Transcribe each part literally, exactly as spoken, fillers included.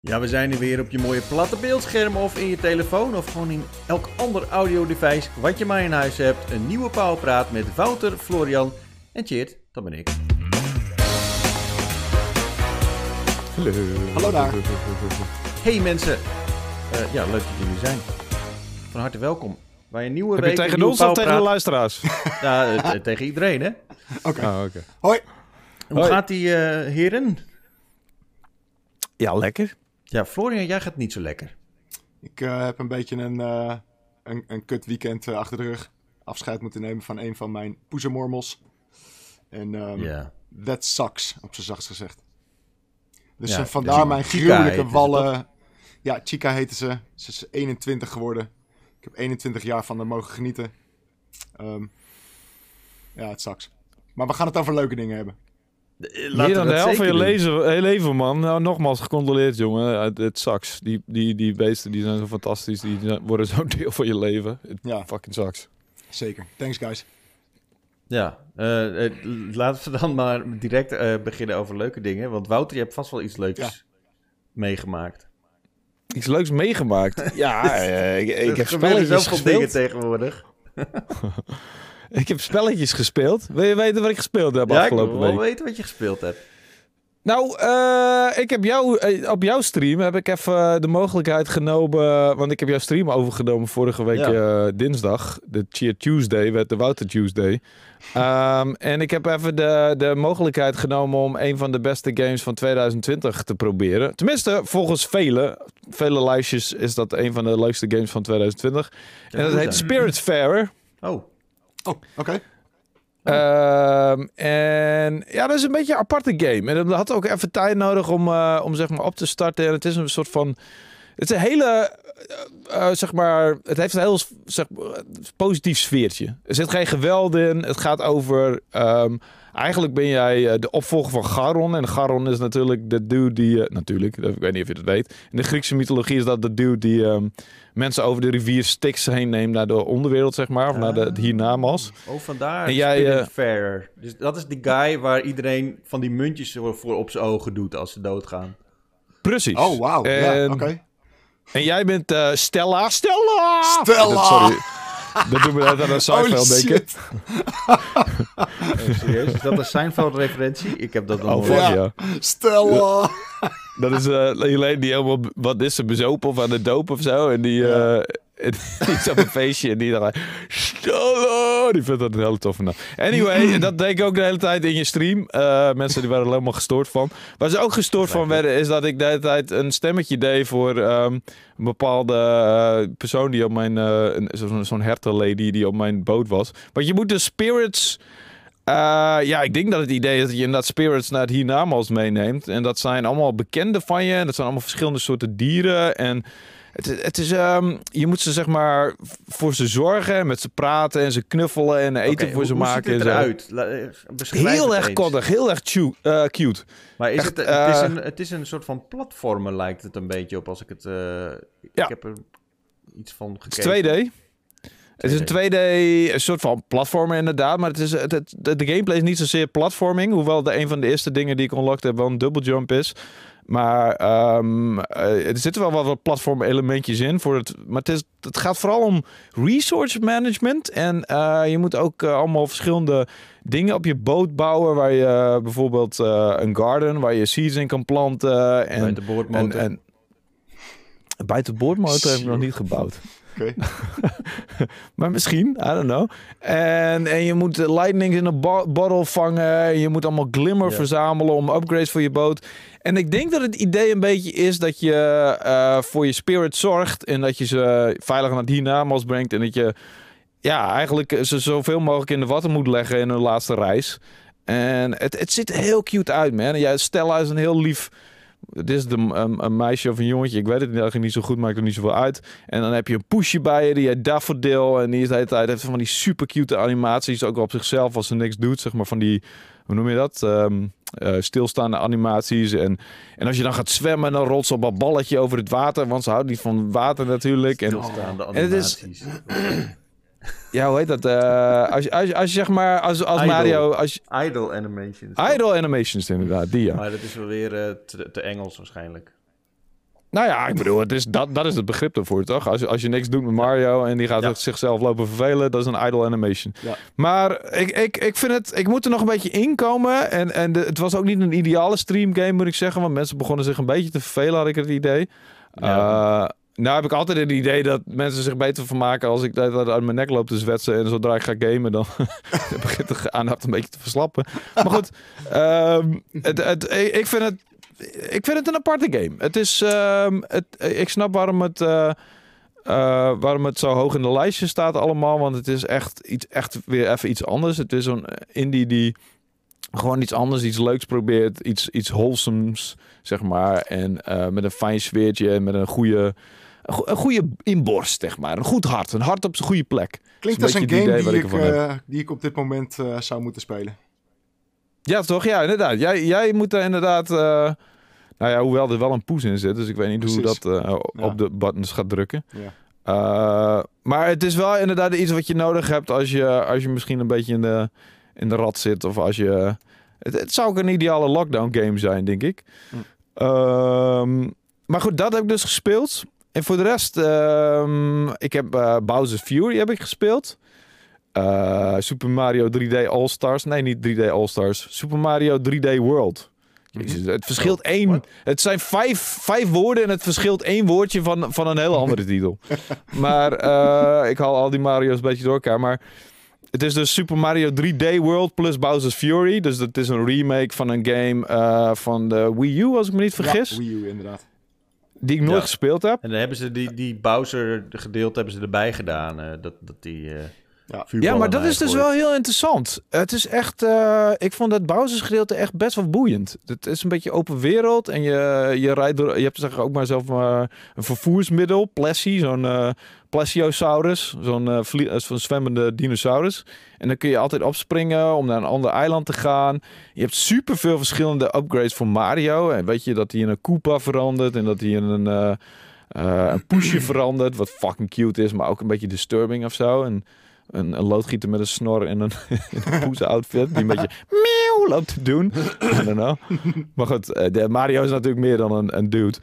Ja, we zijn er weer op je mooie platte beeldscherm of in je telefoon of gewoon in elk ander audio-device wat je maar in huis hebt. Een nieuwe Powerpraat met Wouter, Florian en Tjeerd, dat ben ik. Hallo. Hallo daar. Hey mensen, uh, ja, leuk dat jullie zijn. Van harte welkom bij een nieuwe Heb week. je tegen ons of tegen de luisteraars? Ja, uh, t- tegen iedereen, hè. Oké. Okay. Oh, okay. Hoi. Hoe Hoi. gaat die, uh, heren? Ja, lekker. Ja, Florian, jij gaat niet zo lekker. Ik uh, heb een beetje een, uh, een, een kut weekend uh, achter de rug. Afscheid moeten nemen van een van mijn poezenmormels. En um, yeah. that sucks, op z'n zachtst gezegd. Dus ja, uh, vandaar dus mijn gruwelijke wallen. Ja, Chica heette ze. Ze is eenentwintig geworden. Ik heb eenentwintig jaar van haar mogen genieten. Um, ja, het sucks. Maar we gaan het over leuke dingen hebben. Meer dan de helft van je leven, leven, man. Nou, nogmaals gecontroleerd, jongen. Het, het sucks. Die, die, die beesten die zijn zo fantastisch. Die worden zo'n deel van je leven. Het ja. fucking sucks. Zeker. Thanks, guys. Ja, uh, uh, laten we dan maar direct uh, beginnen over leuke dingen. Want Wouter, je hebt vast wel iets leuks ja. meegemaakt. Iets leuks meegemaakt? Ja, uh, ik, ik heb spelletjes gespeeld. Dingen tegenwoordig. Ik heb spelletjes gespeeld. Wil je weten wat ik gespeeld heb ja, afgelopen week? Ja, ik wil wel weten wat je gespeeld hebt. Nou, uh, ik heb jou, op jouw stream heb ik even de mogelijkheid genomen... Want ik heb jouw stream overgenomen vorige week ja. uh, dinsdag. De Cheer Tuesday werd de Wouter Tuesday. Um, en ik heb even de, de mogelijkheid genomen om een van de beste games van twintig twintig te proberen. Tenminste, volgens velen, vele lijstjes is dat een van de leukste games van twintig twintig. Ja, en dat heet Spiritfarer. Oh. Oh, oké. Okay. Oh. Um, en ja, dat is een beetje een aparte game. En dat had ook even tijd nodig om, uh, om zeg maar op te starten. En het is een soort van... Het is een hele... Uh, uh, zeg maar... Het heeft een heel zeg, uh, positief sfeertje. Er zit geen geweld in. Het gaat over... Um, eigenlijk ben jij uh, de opvolger van Charon. En Charon is natuurlijk de dude die... Uh, natuurlijk, ik weet niet of je dat weet. In de Griekse mythologie is dat de dude die... Um, mensen over de rivier Styx heen neemt naar de onderwereld, zeg maar. Of ah, naar de, de hiernamaals. Oh, vandaar. En jij, uh, fair. Dus dat is die guy waar iedereen van die muntjes voor op zijn ogen doet als ze doodgaan. Precies. Oh, wauw. Ja, oké. Okay. En jij bent uh, Stella. Stella! Stella! Dat, sorry. Dat doen we net aan een Seinfeld, denk ik. Oh, serieus? Is dat een Seinfeld-referentie? Ik heb dat nog oh, ja. ja. Stella! Dat is uh, alleen die helemaal... Wat is ze, bezopen of aan het dopen of zo? En die... Ja. Uh, die is op een feestje en die dan... Stella! Die vindt dat een hele toffe naam. Anyway, dat deed ik ook de hele tijd in je stream. Uh, mensen die waren er helemaal gestoord van. Waar ze ook gestoord van werden, is dat ik de hele tijd een stemmetje deed voor um, een bepaalde uh, persoon die op mijn... Uh, zo, zo'n hertenlady die op mijn boot was. Want je moet de spirits... Uh, ja, ik denk dat het idee is dat je inderdaad spirits naar het hiernamaals meeneemt. En dat zijn allemaal bekenden van je. En dat zijn allemaal verschillende soorten dieren. En het, het is, um, je moet ze zeg maar voor ze zorgen. Met ze praten en ze knuffelen en eten okay, voor hoe, ze hoe maken. Hoe ziet het eruit? Heel erg koddig, heel erg chu- uh, cute. Maar is Echt, het, het, uh, is een, het is een soort van platformer lijkt het een beetje op. Als ik het... Uh, ja. Ik heb er iets van gekeken. Het is twee D. Het is een twee D, een soort van platformer inderdaad, maar het is, het, het, de gameplay is niet zozeer platforming, hoewel de een van de eerste dingen die ik unlocked heb wel een double jump is. Maar um, uh, er zitten wel wat platform elementjes in, voor het, maar het, is, het gaat vooral om resource management. En uh, je moet ook uh, allemaal verschillende dingen op je boot bouwen, waar je uh, bijvoorbeeld uh, een garden, waar je seeds in kan planten. En, bij de boordmotor. En, en, bij de boordmotor heb ik nog niet gebouwd. Okay. Maar misschien, I don't know. En, en je moet lightnings in een bo- bottle vangen. Je moet allemaal glimmer yeah. verzamelen om upgrades voor je boot. En ik denk dat het idee een beetje is dat je uh, voor je spirit zorgt. En dat je ze veilig naar het hiernamaals brengt. En dat je ja, eigenlijk ze zoveel mogelijk in de watten moet leggen in hun laatste reis. En het, het ziet er heel cute uit, man. Ja, Stella is een heel lief... Het is de, een, een meisje of een jongetje, ik weet het eigenlijk niet zo goed, maakt er niet zoveel uit. En dan heb je een poesje bij je, die heet Daffodil. En die is de hele tijd heeft van die super cute animaties, ook op zichzelf als ze niks doet, zeg maar van die, hoe noem je dat? Um, uh, stilstaande animaties. En, en als je dan gaat zwemmen, dan rolt ze op een balletje over het water, want ze houdt niet van water natuurlijk. Stilstaande en, animaties. En het is, ja, hoe heet dat? Uh, als, je, als, je, als je zeg maar, als, als Idle. Mario... Als je, Idle animations. Idle animations, inderdaad, die ja. Maar dat is wel weer uh, te, te Engels waarschijnlijk. Nou ja, ik bedoel, het is, dat, dat is het begrip ervoor, toch? Als je, als je niks doet met Mario en die gaat ja. zichzelf lopen vervelen, dat is een idle animation. Ja. Maar ik, ik, ik vind het, ik moet er nog een beetje inkomen. En, en de, het was ook niet een ideale streamgame, moet ik zeggen. Want mensen begonnen zich een beetje te vervelen, had ik het idee. Ja. Uh, nou heb ik altijd het idee dat mensen zich beter vermaken als ik dat uit mijn nek loop te zwetsen. En zodra ik ga gamen, dan begint de aandacht een beetje te verslappen. Maar goed, um, het, het, ik vind het... Ik vind het een aparte game. Het is, uh, het, ik snap waarom het, uh, uh, waarom het zo hoog in de lijstje staat allemaal. Want het is echt, iets, echt weer even iets anders. Het is zo'n indie die gewoon iets anders, iets leuks probeert. Iets, iets wholesomes, zeg maar. En uh, met een fijn sfeertje en met een goede, een goede inborst, zeg maar. Een goed hart. Een hart op zijn goede plek. Klinkt als een game die ik, uh, die ik op dit moment uh, zou moeten spelen. Ja, toch? Ja, inderdaad. Jij, jij moet er inderdaad... Uh, nou ja, hoewel er wel een poes in zit. Dus ik weet niet Precies. hoe dat uh, op ja. de buttons gaat drukken. Ja. Uh, maar het is wel inderdaad iets wat je nodig hebt als je, als je misschien een beetje in de, in de rat zit. Of als je... Het, het zou ook een ideale lockdown game zijn, denk ik. Hm. Uh, maar goed, dat heb ik dus gespeeld. En voor de rest... Uh, ik heb uh, Bowser's Fury heb ik gespeeld. Uh, Super Mario drie D All-Stars. Nee, niet drie D All-Stars. Super Mario drie D World. Jezus, het verschilt oh, één... What? Het zijn vijf, vijf woorden en het verschilt één woordje van, van een hele andere titel. Maar uh, ik haal al die Mario's een beetje door elkaar. Maar het is dus Super Mario drie D World plus Bowser's Fury. Dus het is een remake van een game uh, van de Wii U, als ik me niet vergis. Ja, Wii U inderdaad. Die ik nooit ja. gespeeld heb. En dan hebben ze die, die Bowser gedeelte hebben ze erbij gedaan. Uh, dat, dat die... Uh... Ja, ja, maar dat is dus wel heel interessant. Het is echt... Uh, ik vond dat Bowser's gedeelte echt best wel boeiend. Het is een beetje open wereld. En je, je rijdt door... Je hebt zeg ook maar zelf uh, een vervoersmiddel. Plessie, zo'n uh, Plesiosaurus. Zo'n uh, vlie- zo'n zwemmende dinosaurus. En dan kun je altijd opspringen om naar een ander eiland te gaan. Je hebt superveel verschillende upgrades voor Mario. En weet je dat hij in een Koopa verandert. En dat hij in een... Uh, uh, een poesje verandert. Wat fucking cute is. Maar ook een beetje disturbing of zo. En... Een, een loodgieter met een snor en een, een poes outfit die een beetje miauw loopt te doen. I don't know. Maar goed, de Mario is natuurlijk meer dan een, een dude.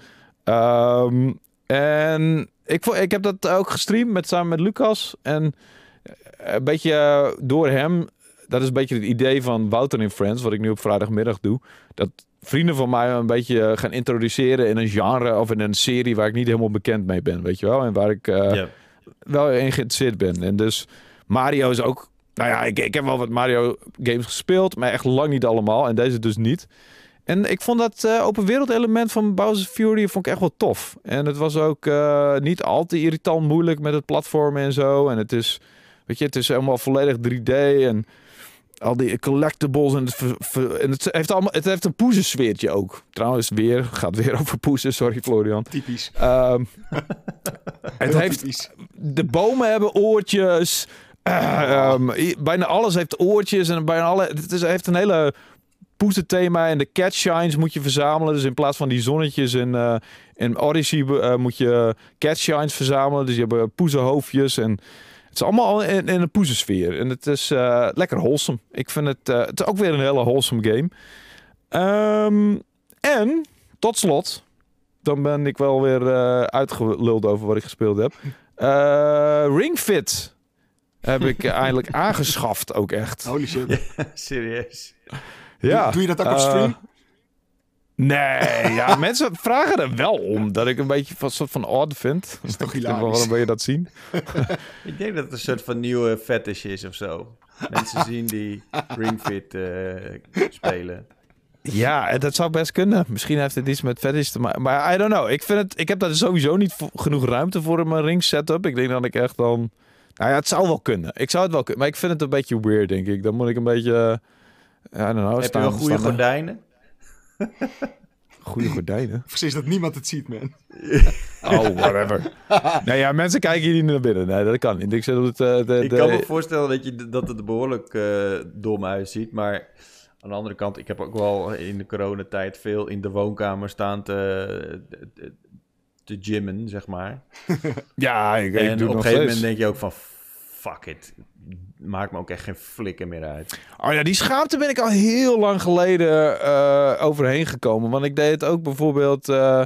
Um, en ik, ik heb dat ook gestreamd met, samen met Lucas. En een beetje door hem, dat is een beetje het idee van Wouter in Friends, wat ik nu op vrijdagmiddag doe. Dat vrienden van mij een beetje gaan introduceren in een genre of in een serie waar ik niet helemaal bekend mee ben, weet je wel. En waar ik uh, yeah. wel in geïnteresseerd ben. En dus... Mario is ook... Nou ja, ik, ik heb wel wat Mario games gespeeld, maar echt lang niet allemaal. En deze dus niet. En ik vond dat uh, open wereld element van Bowser's Fury vond ik echt wel tof. En het was ook uh, niet al te irritant moeilijk met het platformen en zo. En het is... Weet je, het is helemaal volledig drie D en... Al die collectibles en het, ver, ver, en het heeft allemaal, het heeft een poezensfeertje ook. Trouwens, weer, gaat weer over poezen, sorry Florian. Typisch. Um, het heeft, typisch. De bomen hebben oortjes. Uh, um, bijna alles heeft oortjes en bijna alle. Het is, heeft een hele poezenthema en de cat shines moet je verzamelen. Dus in plaats van die zonnetjes in, uh, in Odyssey uh, moet je cat shines verzamelen. Dus je hebt poezenhoofdjes en het is allemaal in, in een poezensfeer. En het is uh, lekker wholesome. Ik vind het, uh, het is ook weer een hele wholesome game. Um, en tot slot, dan ben ik wel weer uh, uitgeluld over wat ik gespeeld heb. Uh, Ring Fit heb ik eindelijk aangeschaft ook echt. Holy shit. Ja, serieus. Ja. Doe, doe je dat ook op stream? Uh, nee, ja, mensen vragen er wel om. Dat ik een beetje van soort van odd vind. Dat is toch hilarisch. Waarom wil je dat zien? Ik denk dat het een soort van nieuwe fetish is of zo. Mensen zien die Ring Fit uh, spelen. Ja, dat zou best kunnen. Misschien heeft het iets met fetish te maken. Maar I don't know. Ik, vind het, ik heb daar sowieso niet vo- genoeg ruimte voor in mijn ring setup. Ik denk dat ik echt dan... Nou ja, het zou wel kunnen. Ik zou het wel kunnen. Maar ik vind het een beetje weird, denk ik. Dan moet ik een beetje... Uh, I don't know, heb staan, je wel goede staan, gordijnen? Goede gordijnen? Precies, dat niemand het ziet, man. Oh, whatever. Nee, ja, mensen kijken hier niet naar binnen. Nee, dat kan niet. Ik, zeg dat het, uh, de, ik de... kan me voorstellen dat, je, dat het er behoorlijk uh, dom uitziet. Maar aan de andere kant, ik heb ook wel in de coronatijd veel in de woonkamer staan te, te, te gymmen, zeg maar. Ja, ik, ik en doe op nog een gegeven steeds. moment denk je ook van... Fuck it. Maakt me ook echt geen flikker meer uit. Oh ja, die schaamte ben ik al heel lang geleden uh, overheen gekomen. Want ik deed het ook bijvoorbeeld... Uh,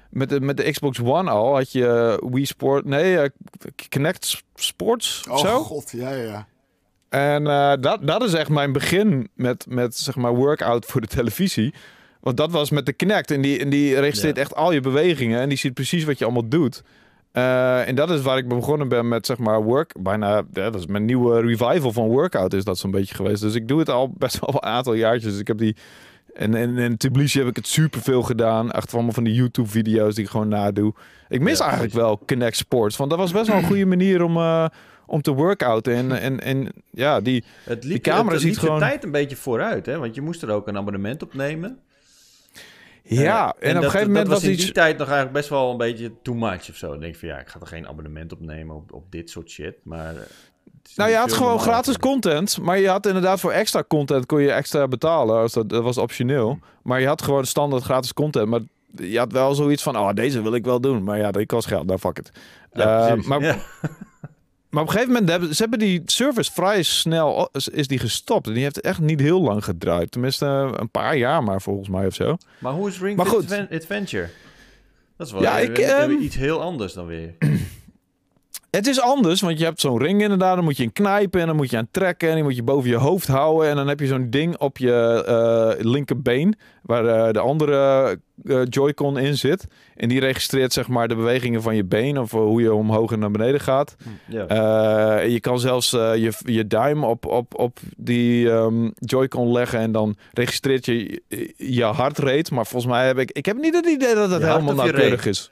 met de, met de Xbox One al had je Wii Sport... Nee, uh, Kinect Sports of oh, zo. Oh god, ja, ja. En uh, dat, dat is echt mijn begin met, met zeg maar workout voor de televisie. Want dat was met de Kinect. En die, en die registreert ja. echt al je bewegingen. En die ziet precies wat je allemaal doet. Uh, en dat is waar ik begonnen ben met zeg maar work. Bijna, ja, dat is mijn nieuwe revival van workout is dat zo'n beetje geweest. Dus ik doe het al best wel een aantal jaartjes. Dus ik heb die... En, en, en Tbilisi heb ik het superveel gedaan. Echt allemaal van die YouTube-video's die ik gewoon nadoe. Ik mis ja, eigenlijk wel Kinect Sports. Want dat was best wel een goede manier om... Uh, om te workouten. En, en, en ja, die, het liep, die camera het, het ziet gewoon... de tijd een beetje vooruit, hè? Want je moest er ook een abonnement op nemen. Ja, uh, en, en op een gegeven moment was in iets... die tijd nog eigenlijk best wel een beetje too much of zo. Dan denk ik van ja, ik ga er geen abonnement op nemen op, op dit soort shit. Maar nou, je had gewoon gratis content, maar je had inderdaad voor extra content kon je extra betalen. Als dat, dat was optioneel. Maar je had gewoon standaard gratis content. Maar je had wel zoiets van, oh, deze wil ik wel doen. Maar ja, dat kost geld. Nou, fuck it. Ja, uh, maar... Ja. Maar op een gegeven moment hebben ze hebben die service vrij snel is die gestopt. En die heeft echt niet heel lang gedraaid. Tenminste, een paar jaar maar volgens mij of zo. Maar hoe is Ring Fit Adventure? Dat is wel ja, weer, ik, weer um, iets heel anders dan weer. Het is anders, want je hebt zo'n ring inderdaad. Dan moet je in knijpen en dan moet je aan trekken. En die moet je boven je hoofd houden. En dan heb je zo'n ding op je uh, linkerbeen. Waar uh, de andere uh, Joy-Con in zit. En die registreert zeg maar de bewegingen van je been. Of uh, hoe je omhoog en naar beneden gaat. Ja. Uh, en je kan zelfs uh, je, je duim op, op, op die um, Joy-Con leggen. En dan registreert je je hartrate. Maar volgens mij heb ik... Ik heb niet het idee dat het helemaal nauwkeurig is.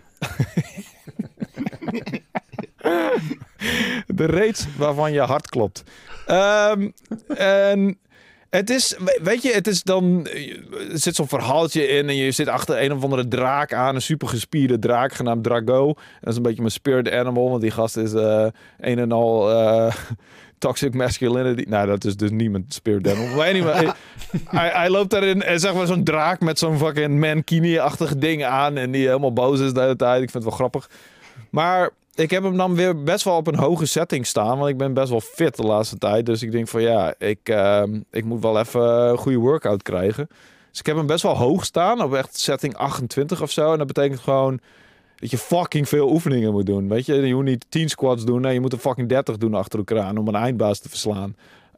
De rate waarvan je hart klopt. Um, en het is, weet je, het is dan... Er zit zo'n verhaaltje in en je zit achter een of andere draak aan. Een super gespierde draak genaamd Drago. Dat is een beetje mijn spirit animal, want die gast is uh, een en al... Uh, toxic masculinity. Nou, dat is dus niet mijn spirit animal. Maar anyway, hij, hij loopt daarin en zeg maar zo'n draak met zo'n fucking mankini-achtige ding aan. En die helemaal boos is de hele tijd. Ik vind het wel grappig. Maar ik heb hem dan weer best wel op een hoge setting staan. Want ik ben best wel fit de laatste tijd. Dus ik denk van ja, ik, uh, ik moet wel even een goede workout krijgen. Dus ik heb hem best wel hoog staan. Op echt setting achtentwintig of zo. En dat betekent gewoon dat je fucking veel oefeningen moet doen. Weet je, je moet niet tien squats doen. Nee, je moet er fucking dertig doen achter elkaar aan om een eindbaas te verslaan.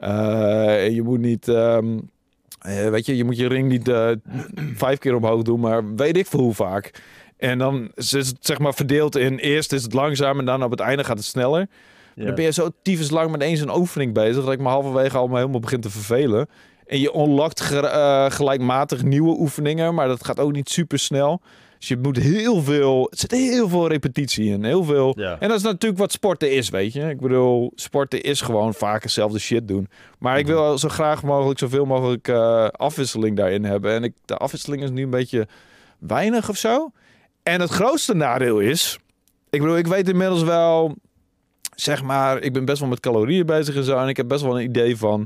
Uh, je moet niet... Um, uh, weet je, je moet je ring niet uh, vijf keer omhoog doen, maar weet ik veel hoe vaak. En dan is het zeg maar verdeeld in eerst is het langzaam en dan op het einde gaat het sneller. Ja. Dan ben je zo tyfus lang met eens een oefening bezig dat ik me halverwege al helemaal begin te vervelen. En je unlockt ge- uh, gelijkmatig nieuwe oefeningen, maar dat gaat ook niet super snel. Dus je moet heel veel... Er zit heel veel repetitie in. Heel veel... Ja. En dat is natuurlijk wat sporten is, weet je. Ik bedoel, sporten is gewoon vaak hetzelfde shit doen. Maar ik wil zo graag mogelijk zoveel mogelijk uh, afwisseling daarin hebben. En ik, de afwisseling is nu een beetje weinig of zo. En het grootste nadeel is... Ik bedoel, ik weet inmiddels wel... Zeg maar, ik ben best wel met calorieën bezig en zo. En ik heb best wel een idee van...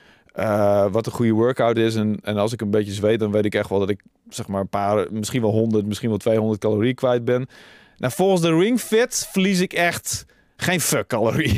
Uh, wat een goede workout is. En, en als ik een beetje zweet, dan weet ik echt wel dat ik zeg maar een paar, misschien wel honderd, misschien wel tweehonderd calorieën kwijt ben. Nou, volgens de Ring Fit verlies ik echt geen fuck calorieën.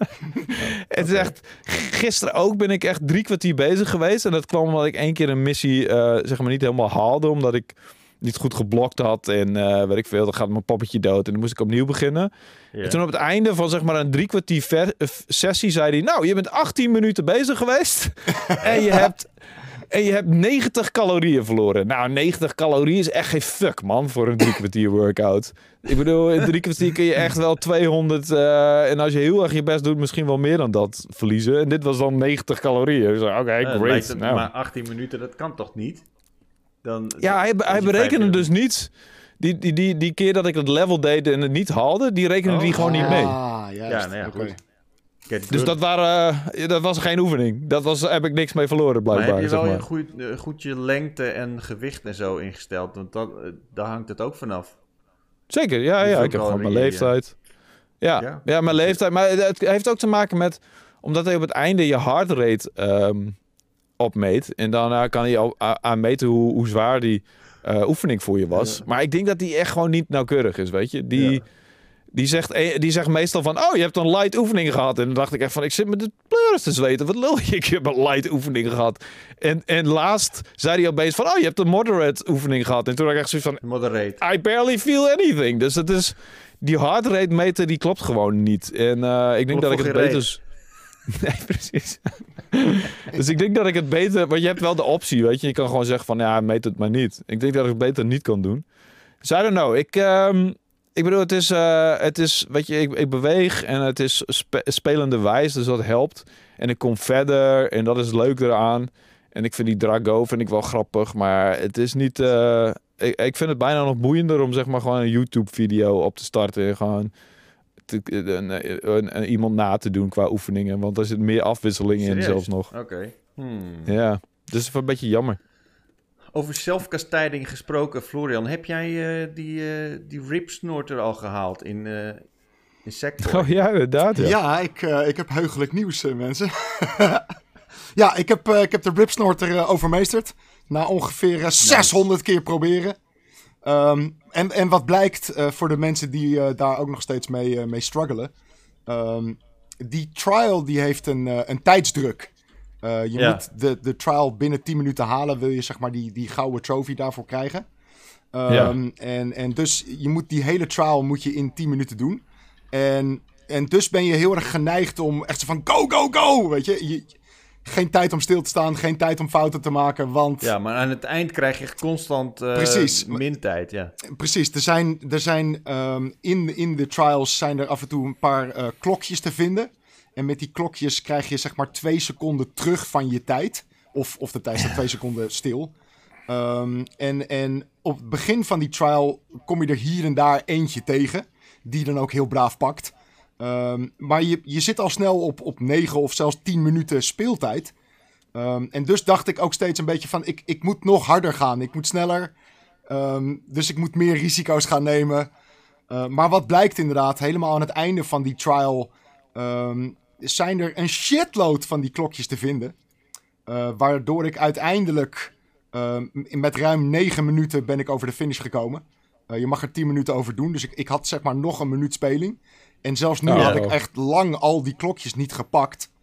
Het is echt, gisteren ook ben ik echt drie kwartier bezig geweest. En dat kwam omdat ik één keer een missie uh, zeg maar niet helemaal haalde, omdat ik niet goed geblokt had en uh, weet ik veel, dan gaat mijn poppetje dood en dan moest ik opnieuw beginnen. Yeah. En toen op het einde van zeg maar een drie kwartier ver- sessie zei hij, nou, je bent achttien minuten bezig geweest en je hebt en je hebt negentig calorieën verloren. Nou, negentig calorieën is echt geen fuck, man, voor een drie kwartier workout. Ik bedoel, in drie kwartier kun je echt wel tweehonderd uh, en als je heel erg je best doet, misschien wel meer dan dat verliezen. En dit was dan negentig calorieën. Dus oké, okay, uh, great. Het, nou. Maar achttien minuten, dat kan toch niet? Dan, ja, hij, hij berekende dus niet. Die, die, die, die keer dat ik het level deed en het niet haalde, die rekende oh, die gewoon ah, niet mee. Ah, juist. Ja, nou ja, okay. goed. Dus dat, waren, uh, dat was geen oefening. Dat was, heb ik niks mee verloren, blijkbaar. Maar heb je wel zeg maar. je goed, uh, goed je lengte en gewicht en zo ingesteld? Want dat, uh, daar hangt het ook vanaf. Zeker, ja. ja ik heb gewoon mijn leeftijd. Ja, ja. ja, mijn leeftijd. Maar het heeft ook te maken met... Omdat hij op het einde je heart rate um, opmeet. En daarna kan hij al aan meten hoe, hoe zwaar die uh, oefening voor je was. Ja. Maar ik denk dat die echt gewoon niet nauwkeurig is, weet je. Die... Ja. Die zegt, die zegt meestal van, oh, je hebt een light oefening gehad. En dan dacht ik echt van, ik zit met de pleuris te zweten. Wat lul je? Ik heb een light oefening gehad. En, en laatst zei hij opeens van, oh, je hebt een moderate oefening gehad. En toen had ik echt zoiets van, moderate. I barely feel anything. Dus het is, die heart rate meter, die klopt gewoon niet. En uh, ik denk Klopt dat ik het beter... Reet. Nee, precies. Dus ik denk dat ik het beter... Want je hebt wel de optie, weet je. Je kan gewoon zeggen van, ja, meet het maar niet. Ik denk dat ik het beter niet kan doen. Dus I don't know. Ik... Um, Ik bedoel, het is, uh, het is weet je, ik, ik beweeg en het is spe- spelende wijs, dus dat helpt. En ik kom verder en dat is leuk eraan. En ik vind die Drago vind ik wel grappig, maar het is niet... Uh, ik, ik vind het bijna nog boeiender om zeg maar gewoon een YouTube-video op te starten en gewoon te, een, een, een, iemand na te doen qua oefeningen. Want er zit meer afwisseling in zelfs nog. Oké. Okay. Hmm. Ja, dus het is een beetje jammer. Over zelfkastijding gesproken, Florian. Heb jij uh, die, uh, die ripsnorter al gehaald in, uh, in Sackboy? Oh ja, inderdaad. Ja, ja ik, uh, ik heb heugelijk nieuws, uh, mensen. ja, ik heb, uh, ik heb de ripsnorter uh, overmeesterd. Na ongeveer uh, zeshonderd nice. keer proberen. Um, en, en wat blijkt uh, voor de mensen die uh, daar ook nog steeds mee, uh, mee struggelen. Um, die trial die heeft een, uh, een tijdsdruk. Uh, je ja. moet de, de trial binnen tien minuten halen, wil je zeg maar die, die gouden trophy daarvoor krijgen. Um, ja. en, en dus je moet die hele trial moet je in tien minuten doen. En, en dus ben je heel erg geneigd om echt zo van go, go, go! Weet je? je, geen tijd om stil te staan, geen tijd om fouten te maken, want... Ja, maar aan het eind krijg je constant uh, precies. min tijd, ja. Precies, er zijn, er zijn um, in, in de trials zijn er af en toe een paar uh, klokjes te vinden. En met die klokjes krijg je zeg maar twee seconden terug van je tijd. Of, of de tijd staat twee seconden stil. Um, en, en op het begin van die trial kom je er hier en daar eentje tegen. Die dan ook heel braaf pakt. Um, maar je, je zit al snel op, op negen of zelfs tien minuten speeltijd. Um, en dus dacht ik ook steeds een beetje van... Ik, ik moet nog harder gaan. Ik moet sneller. Um, dus ik moet meer risico's gaan nemen. Uh, maar wat blijkt inderdaad, helemaal aan het einde van die trial... Um, zijn er een shitload van die klokjes te vinden. Uh, waardoor ik uiteindelijk... Uh, met ruim negen minuten ben ik over de finish gekomen. Uh, je mag er tien minuten over doen. Dus ik, ik had zeg maar nog een minuut speling. En zelfs nu oh, had ik echt lang al die klokjes niet gepakt.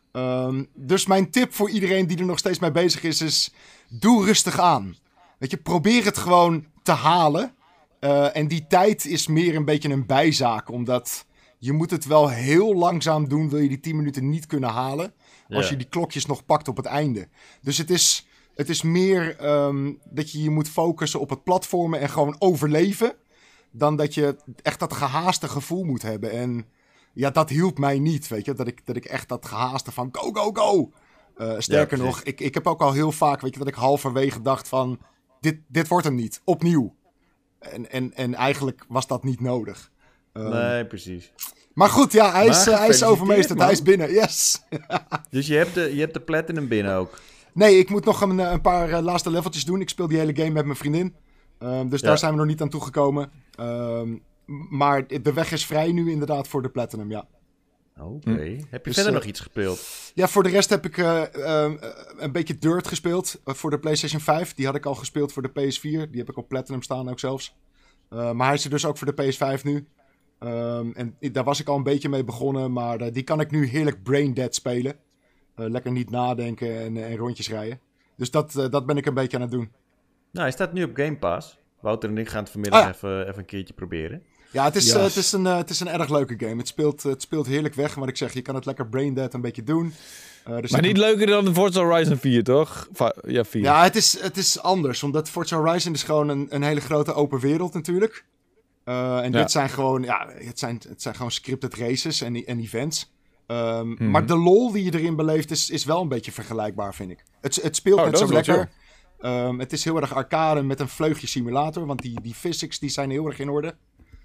Um, dus mijn tip voor iedereen die er nog steeds mee bezig is... is doe rustig aan. Weet je, probeer het gewoon te halen. Uh, en die tijd is meer een beetje een bijzaak. Omdat je moet het wel heel langzaam doen... wil je die tien minuten niet kunnen halen... als yeah. je die klokjes nog pakt op het einde. Dus het is, het is meer um, dat je je moet focussen op het platformen... en gewoon overleven... dan dat je echt dat gehaaste gevoel moet hebben. En ja, dat hielp mij niet, weet je. Dat ik, dat ik echt dat gehaaste van go, go, go. Uh, sterker ja, nog, ik, ik heb ook al heel vaak, weet je, dat ik halverwege dacht van... Dit, dit wordt hem niet, opnieuw. En, en, en eigenlijk was dat niet nodig. Um, nee, precies. Maar goed, ja, hij is, uh, hij is overmeesterd, hij is binnen, yes. Dus je hebt, de, je hebt de platinum binnen ook? Nee, ik moet nog een, een paar uh, laatste leveltjes doen. Ik speel die hele game met mijn vriendin. Um, dus ja. daar zijn we nog niet aan toegekomen. Um, maar de weg is vrij nu inderdaad voor de Platinum, ja. Oké. Okay. Hm. Heb je dus, verder uh, nog iets gespeeld? Ja, voor de rest heb ik uh, uh, een beetje Dirt gespeeld uh, voor de PlayStation vijf. Die had ik al gespeeld voor de P S vier. Die heb ik op Platinum staan ook zelfs. Uh, maar hij is er dus ook voor de P S vijf nu. Um, en daar was ik al een beetje mee begonnen. Maar uh, die kan ik nu heerlijk brain dead spelen. Uh, lekker niet nadenken en, en rondjes rijden. Dus dat, uh, dat ben ik een beetje aan het doen. Nou, hij staat nu op Game Pass. Wouter en ik gaan het vanmiddag ah, ja. even, even een keertje proberen. Ja, het is, yes. uh, het, is een, uh, het is een erg leuke game. Het speelt, uh, het speelt heerlijk weg. Wat ik zeg, je kan het lekker braindead een beetje doen. Uh, dus maar niet een... leuker dan de Forza Horizon vier, toch? Va- ja, vier. Ja, het is, het is anders. Omdat Forza Horizon is gewoon een, een hele grote open wereld natuurlijk. Uh, en ja. dit zijn gewoon, ja, het zijn, het zijn gewoon scripted races en, en events. Um, mm-hmm. Maar de lol die je erin beleeft is, is wel een beetje vergelijkbaar, vind ik. Het, het speelt oh, net zo lekker. Um, het is heel erg arcade met een vleugje simulator. Want die, die physics die zijn heel erg in orde.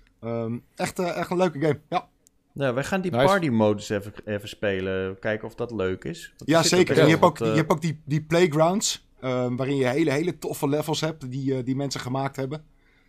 Um, echt, uh, echt een leuke game, ja. Nou, wij gaan die nice. party modus even, even spelen. Kijken of dat leuk is. Want ja, zeker. En je, hebt ook, wat, uh... je hebt ook die, die playgrounds. Um, waarin je hele, hele toffe levels hebt. Die, uh, die mensen gemaakt hebben.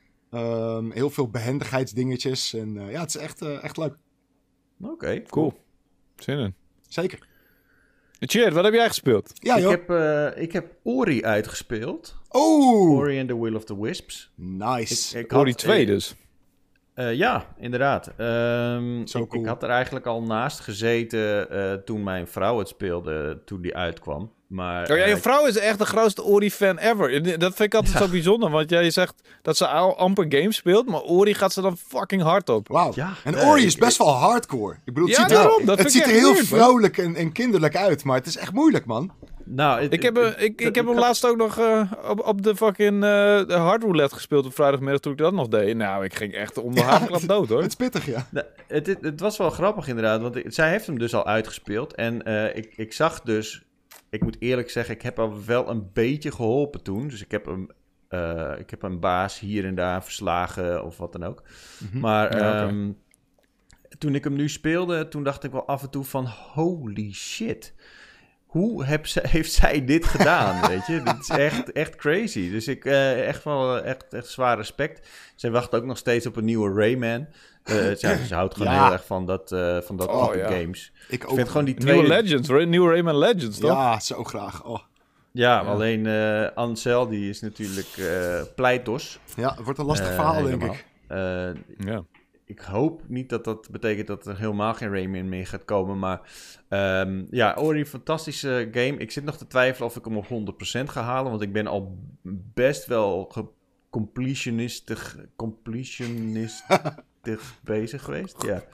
Um, heel veel behendigheidsdingetjes. En uh, ja, het is echt, uh, echt leuk. Oké, okay, cool. cool. Zin in. Zeker. Tjeerd, wat heb jij gespeeld? Ja, ik, heb, uh, ik heb Ori uitgespeeld. Oh! Ori and the Will of the Wisps. Nice. Ik, ik Ori twee dus. Uh, ja, inderdaad. Um, Zo ik, cool. ik had er eigenlijk al naast gezeten uh, toen mijn vrouw het speelde, toen die uitkwam. Maar, oh ja, je uh, vrouw is echt de grootste Ori-fan ever. Dat vind ik altijd ja. zo bijzonder, want jij zegt dat ze al amper games speelt, maar Ori gaat ze dan fucking hard op. Wauw. Ja, en uh, Ori is ik, best wel hardcore. Ik bedoel, het ja, ziet er, daarom, dat het ziet er heel weird, vrolijk en, en kinderlijk uit, maar het is echt moeilijk, man. Nou, het, ik heb, het, ik, ik het, heb hem het, laatst ook nog uh, op, op de fucking uh, hard roulette gespeeld op vrijdagmiddag toen ik dat nog deed. Nou, ik ging echt om de haarklap dood, hoor. Het is pittig, ja. Nou, het, het, het was wel grappig inderdaad, want ik, zij heeft hem dus al uitgespeeld. En uh, ik, ik zag dus, ik moet eerlijk zeggen, ik heb hem wel een beetje geholpen toen. Dus ik heb hem, uh, ik heb een baas hier en daar verslagen of wat dan ook. Mm-hmm. Maar ja, okay. um, toen ik hem nu speelde, toen dacht ik wel af en toe van holy shit. Hoe heb ze, heeft zij dit gedaan, weet je? Dit is echt, echt crazy. Dus ik uh, echt wel echt, echt zwaar respect. Zij wacht ook nog steeds op een nieuwe Rayman. Uh, ze, ze houdt gewoon ja. heel erg van dat, uh, van dat oh, type ja. games. Ik, ik vind gewoon die tweede... Nieuwe Legends, nieuwe Rayman Legends, toch? Ja, zo graag. Oh. Ja, ja, alleen uh, Ansel, die is natuurlijk uh, pleitos. Ja, het wordt een lastig uh, verhaal, helemaal. denk ik. Uh, ja. Ik hoop niet dat dat betekent dat er helemaal geen Rayman meer gaat komen. Maar um, ja, Ori, fantastische game. Ik zit nog te twijfelen of ik hem op honderd procent ga halen. Want ik ben al best wel completionistig, completionistig bezig geweest. Ja.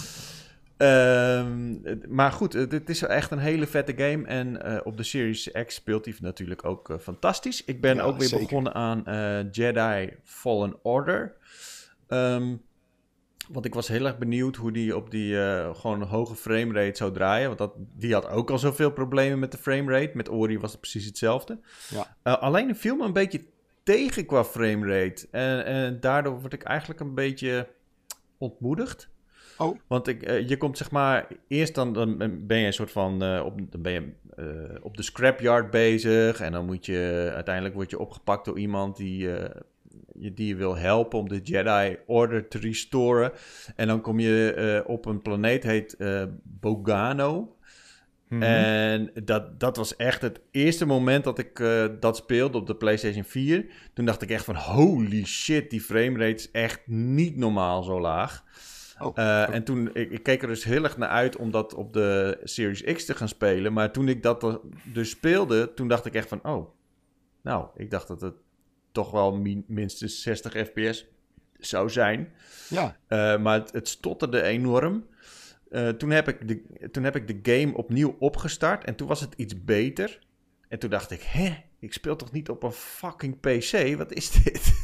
Um, maar goed, het is echt een hele vette game. En uh, op de Series X speelt hij natuurlijk ook uh, fantastisch. Ik ben ja, ook weer zeker. begonnen aan uh, Jedi Fallen Order. Um, Want ik was heel erg benieuwd hoe die op die uh, gewoon een hoge framerate zou draaien. Want dat, die had ook al zoveel problemen met de framerate. Met Ori was het precies hetzelfde. Ja. Uh, alleen het viel me een beetje tegen qua framerate. En, en daardoor word ik eigenlijk een beetje ontmoedigd. Oh. Want ik, uh, je komt zeg maar... Eerst dan, dan ben je een soort van... Uh, op, dan ben je uh, op de scrapyard bezig. En dan moet je... Uiteindelijk word je opgepakt door iemand die... Uh, die je wil helpen om de Jedi Order te restoren. En dan kom je uh, op een planeet, heet uh, Bogano. Mm-hmm. En dat, dat was echt het eerste moment dat ik uh, dat speelde op de PlayStation vier. Toen dacht ik echt van, holy shit, die framerate is echt niet normaal zo laag. Oh, uh, oh. En toen, ik, ik keek er dus heel erg naar uit om dat op de Series X te gaan spelen. Maar toen ik dat dus speelde, toen dacht ik echt van, oh, nou, ik dacht dat het toch wel min, minstens zestig F P S zou zijn. Ja. Uh, maar het, het stotterde enorm. Uh, toen, heb ik de, toen heb ik de game opnieuw opgestart en toen was het iets beter. En toen dacht ik, hè, ik speel toch niet op een fucking P C? Wat is dit?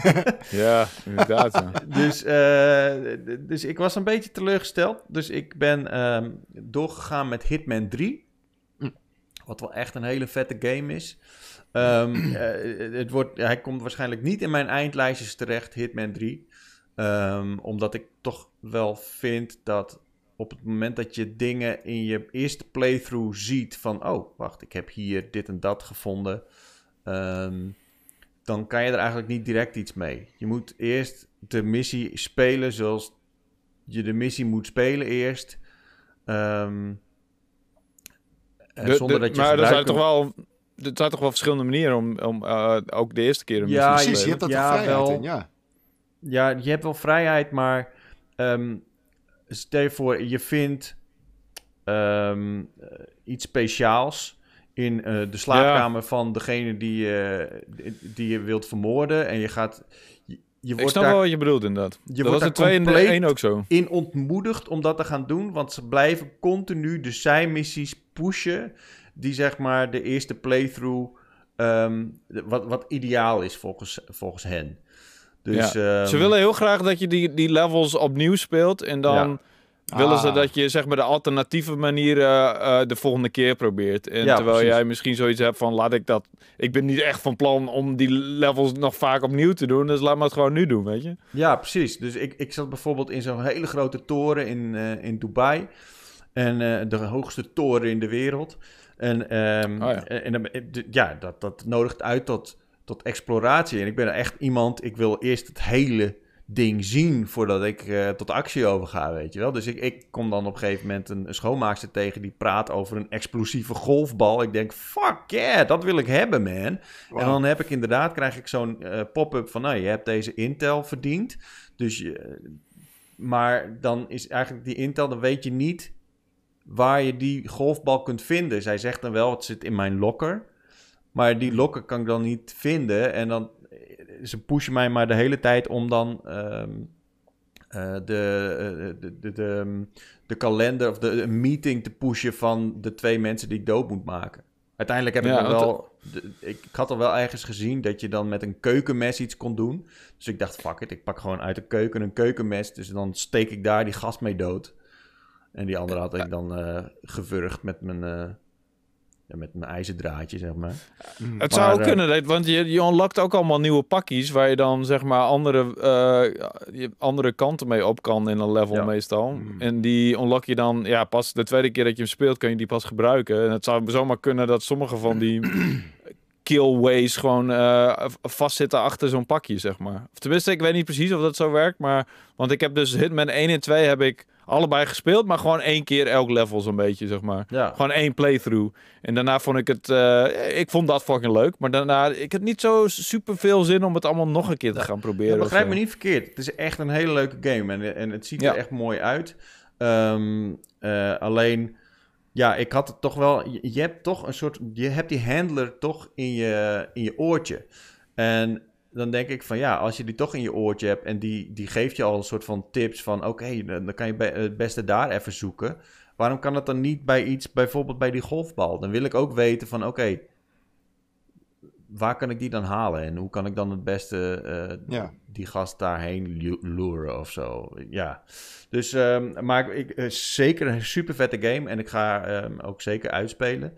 Ja, inderdaad. Ja. dus, uh, dus ik was een beetje teleurgesteld. Dus ik ben um, doorgegaan met Hitman drie. Mm. Wat wel echt een hele vette game is. Um, uh, het wordt, hij komt waarschijnlijk niet in mijn eindlijstjes terecht, Hitman drie. Um, omdat ik toch wel vind dat op het moment dat je dingen in je eerste playthrough ziet van... oh, wacht, ik heb hier dit en dat gevonden. Um, dan kan je er eigenlijk niet direct iets mee. Je moet eerst de missie spelen zoals je de missie moet spelen eerst. Um, de, zonder de, dat je maar er zijn kunt... toch wel... Er zijn toch wel verschillende manieren om, om uh, ook de eerste keer een missie ja, te spelen. Precies, je hebt dat ja, toch vrijheid wel, in, ja. Ja, je hebt wel vrijheid, maar um, stel je voor, je vindt um, uh, iets speciaals in uh, de slaapkamer ja. van degene die, uh, die je wilt vermoorden en je gaat... Je, je wordt Ik snap daar, wel wat je bedoelt inderdaad. Je dat was de twee en de één ook zo. In ontmoedigd om dat te gaan doen, want ze blijven continu de zijmissies pushen die zeg maar de eerste playthrough um, wat, wat ideaal is volgens, volgens hen. Dus, ja. um, ze willen heel graag dat je die, die levels opnieuw speelt en dan ja. willen ah. ze dat je zeg maar de alternatieve manier uh, uh, de volgende keer probeert. En ja, terwijl precies. jij misschien zoiets hebt van laat ik dat... Ik ben niet echt van plan om die levels nog vaak opnieuw te doen, dus laat me het gewoon nu doen, weet je? Ja, precies. Dus ik, ik zat bijvoorbeeld in zo'n hele grote toren in, uh, in Dubai. En uh, de hoogste toren in de wereld. En, um, oh ja. en, en ja, dat, dat nodigt uit tot, tot exploratie. En ik ben er echt iemand, ik wil eerst het hele ding zien voordat ik uh, tot actie overga, weet je wel. Dus ik, ik kom dan op een gegeven moment een, een schoonmaakster tegen die praat over een explosieve golfbal. Ik denk, fuck yeah, dat wil ik hebben, man. Wow. En dan heb ik inderdaad, krijg ik zo'n uh, pop-up van, nou, je hebt deze intel verdiend. Dus je, maar dan is eigenlijk die Intel, dan weet je niet waar je die golfbal kunt vinden. Zij zegt dan wel, het zit in mijn locker. Maar die locker kan ik dan niet vinden. En dan, ze pushen mij maar de hele tijd om dan um, uh, de, de, de, de, de kalender of de, de meeting te pushen van de twee mensen die ik dood moet maken. Uiteindelijk heb ik ja, dan wel... De, ik, ik had al wel ergens gezien dat je dan met een keukenmes iets kon doen. Dus ik dacht, fuck it, ik pak gewoon uit de keuken een keukenmes. Dus dan steek ik daar die gast mee dood. En die andere had ik dan uh, gewurgd met mijn, uh, ja, met mijn ijzerdraadje, zeg maar. Mm. Het zou ook uh, kunnen, want je, je unlockt ook allemaal nieuwe pakjes... waar je dan, zeg maar, andere, uh, andere kanten mee op kan in een level ja. meestal. Mm. En die unlock je dan... Ja, pas de tweede keer dat je hem speelt, kun je die pas gebruiken. En het zou zomaar kunnen dat sommige van die... killways gewoon uh, vastzitten achter zo'n pakje, zeg maar. Of tenminste, ik weet niet precies of dat zo werkt, maar... Want ik heb dus Hitman één en twee heb ik allebei gespeeld, maar gewoon één keer elk level zo'n beetje, zeg maar. Ja. Gewoon één playthrough. En daarna vond ik het... Uh, ik vond dat fucking leuk, maar daarna... Ik heb niet zo super veel zin om het allemaal nog een keer te gaan proberen. Ja, begrijp me niet verkeerd. Het is echt een hele leuke game en, en het ziet er ja. echt mooi uit. Um, uh, alleen... Ja, ik had het toch wel... Je, je hebt toch een soort... Je hebt die handler toch in je, in je oortje. En dan denk ik van ja, als je die toch in je oortje hebt... en die, die geeft je al een soort van tips van... oké, okay, dan kan je be- het beste daar even zoeken. Waarom kan het dan niet bij iets... bijvoorbeeld bij die golfbal? Dan wil ik ook weten van oké... Okay, waar kan ik die dan halen? En hoe kan ik dan het beste uh, ja. die gast daarheen luren of zo? Ja, dus, um, maar ik, uh, zeker een super vette game. En ik ga um, ook zeker uitspelen.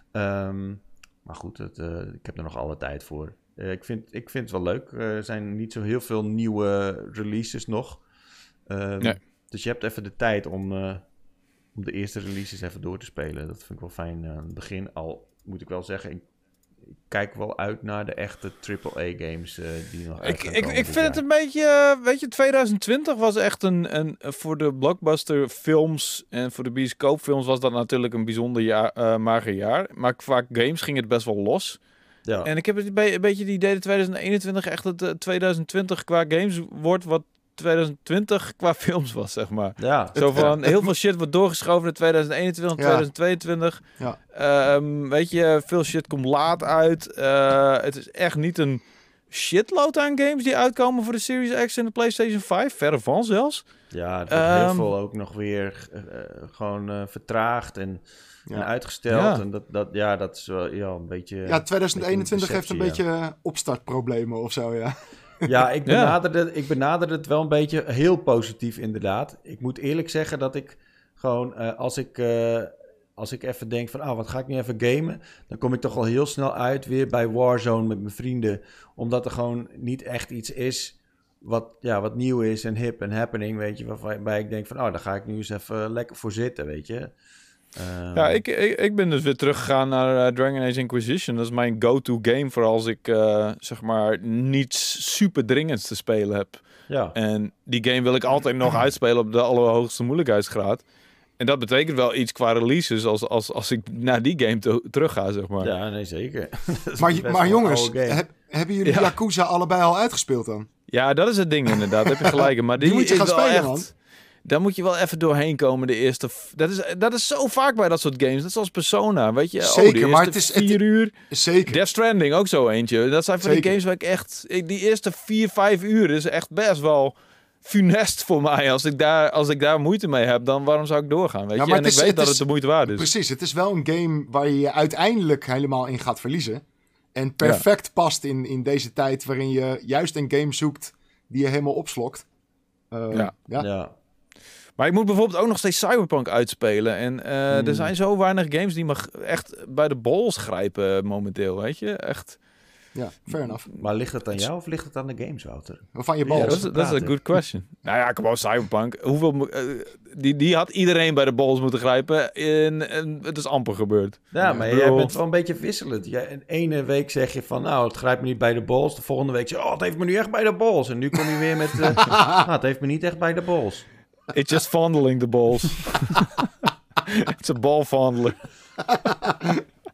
Um, maar goed, het, uh, ik heb er nog alle tijd voor. Uh, ik, vind, ik vind het wel leuk. Uh, er zijn niet zo heel veel nieuwe releases nog. Um, nee. Dus je hebt even de tijd om, uh, om de eerste releases even door te spelen. Dat vind ik wel fijn uh, aan het begin. Al moet ik wel zeggen... Ik, Ik kijk wel uit naar de echte triple A games uh, die nog uit gaan Ik, ik, ik vind jaar. het een beetje... Uh, weet je, twintig twintig was echt een, een... Voor de blockbuster films en voor de bioscoopfilms was dat natuurlijk een bijzonder jaar, uh, mager jaar. Maar qua games ging het best wel los. Ja. En ik heb een, be- een beetje het idee dat twintig eenentwintig echt het uh, twintig twintig qua games wordt wat twintig twintig qua films was, zeg maar. Ja. Zo van, heel veel shit wordt doorgeschoven naar twintig eenentwintig, ja. twintig tweeëntwintig. Ja. Um, weet je, veel shit komt laat uit. Uh, het is echt niet een shitload aan games die uitkomen voor de Series X en de PlayStation vijf. Verre van zelfs. Ja, er wordt um, heel veel ook nog weer uh, gewoon uh, vertraagd en, ja. en uitgesteld. Ja. En dat, dat, ja, dat is wel ja, een beetje... Ja, twintig eenentwintig een heeft een ja. beetje opstartproblemen of zo, ja. Ja, ik benaderde, ja. ik benaderde het wel een beetje heel positief inderdaad. Ik moet eerlijk zeggen dat ik gewoon, uh, als ik uh, als ik even denk van, ah, wat ga ik nu even gamen? Dan kom ik toch al heel snel uit weer bij Warzone met mijn vrienden. Omdat er gewoon niet echt iets is wat, ja, wat nieuw is en hip en happening, weet je. Waarbij ik denk van, oh, daar ga ik nu eens even lekker voor zitten, weet je. Uh, ja, ik, ik, ik ben dus weer teruggegaan naar uh, Dragon Age Inquisition. Dat is mijn go-to game voor als ik, uh, zeg maar, niets super dringends te spelen heb. Ja. En die game wil ik altijd nog uitspelen op de allerhoogste moeilijkheidsgraad. En dat betekent wel iets qua releases als, als, als ik naar die game te, terug ga, zeg maar. Ja, nee, zeker. maar maar jongens, heb, hebben jullie ja. Yakuza allebei al uitgespeeld dan? Ja, dat is het ding inderdaad. Heb je gelijk. Maar die, die moet je gaan spelen, echt, man. Daar moet je wel even doorheen komen, de eerste... F- dat, is, dat is zo vaak bij dat soort games. Dat is als Persona, weet je. Zeker, oh, maar het is... vier het, uur. Zeker. Death Stranding, ook zo eentje. Dat zijn van zeker. Die games waar ik echt... Ik, die eerste vier, vijf uur is echt best wel funest voor mij. Als ik daar, als ik daar moeite mee heb, dan waarom zou ik doorgaan, weet ja, je? En is, ik weet het dat is, het de moeite waard is. Precies, het is wel een game waar je je uiteindelijk helemaal in gaat verliezen. En perfect ja. past in, in deze tijd waarin je juist een game zoekt die je helemaal opslokt. Uh, ja. ja. ja. Maar ik moet bijvoorbeeld ook nog steeds Cyberpunk uitspelen. En uh, hmm. er zijn zo weinig games die me echt bij de balls grijpen momenteel, weet je? Echt. Ja, fair enough. Maar ligt het aan jou of ligt het aan de games, Wouter? Of aan je balls? Ja, dat is een good question. Nou ja, gewoon Cyberpunk. Hoeveel, uh, die, die had iedereen bij de balls moeten grijpen. En, en het is amper gebeurd. Ja, maar jij bent wel een beetje wisselend. Jij, een ene week zeg je van, nou, het grijpt me niet bij de balls. De volgende week zeg je, oh, het heeft me nu echt bij de balls. En nu kom je weer met, uh, nou, het heeft me niet echt bij de balls. It's just fondling the balls. It's a ball fondler.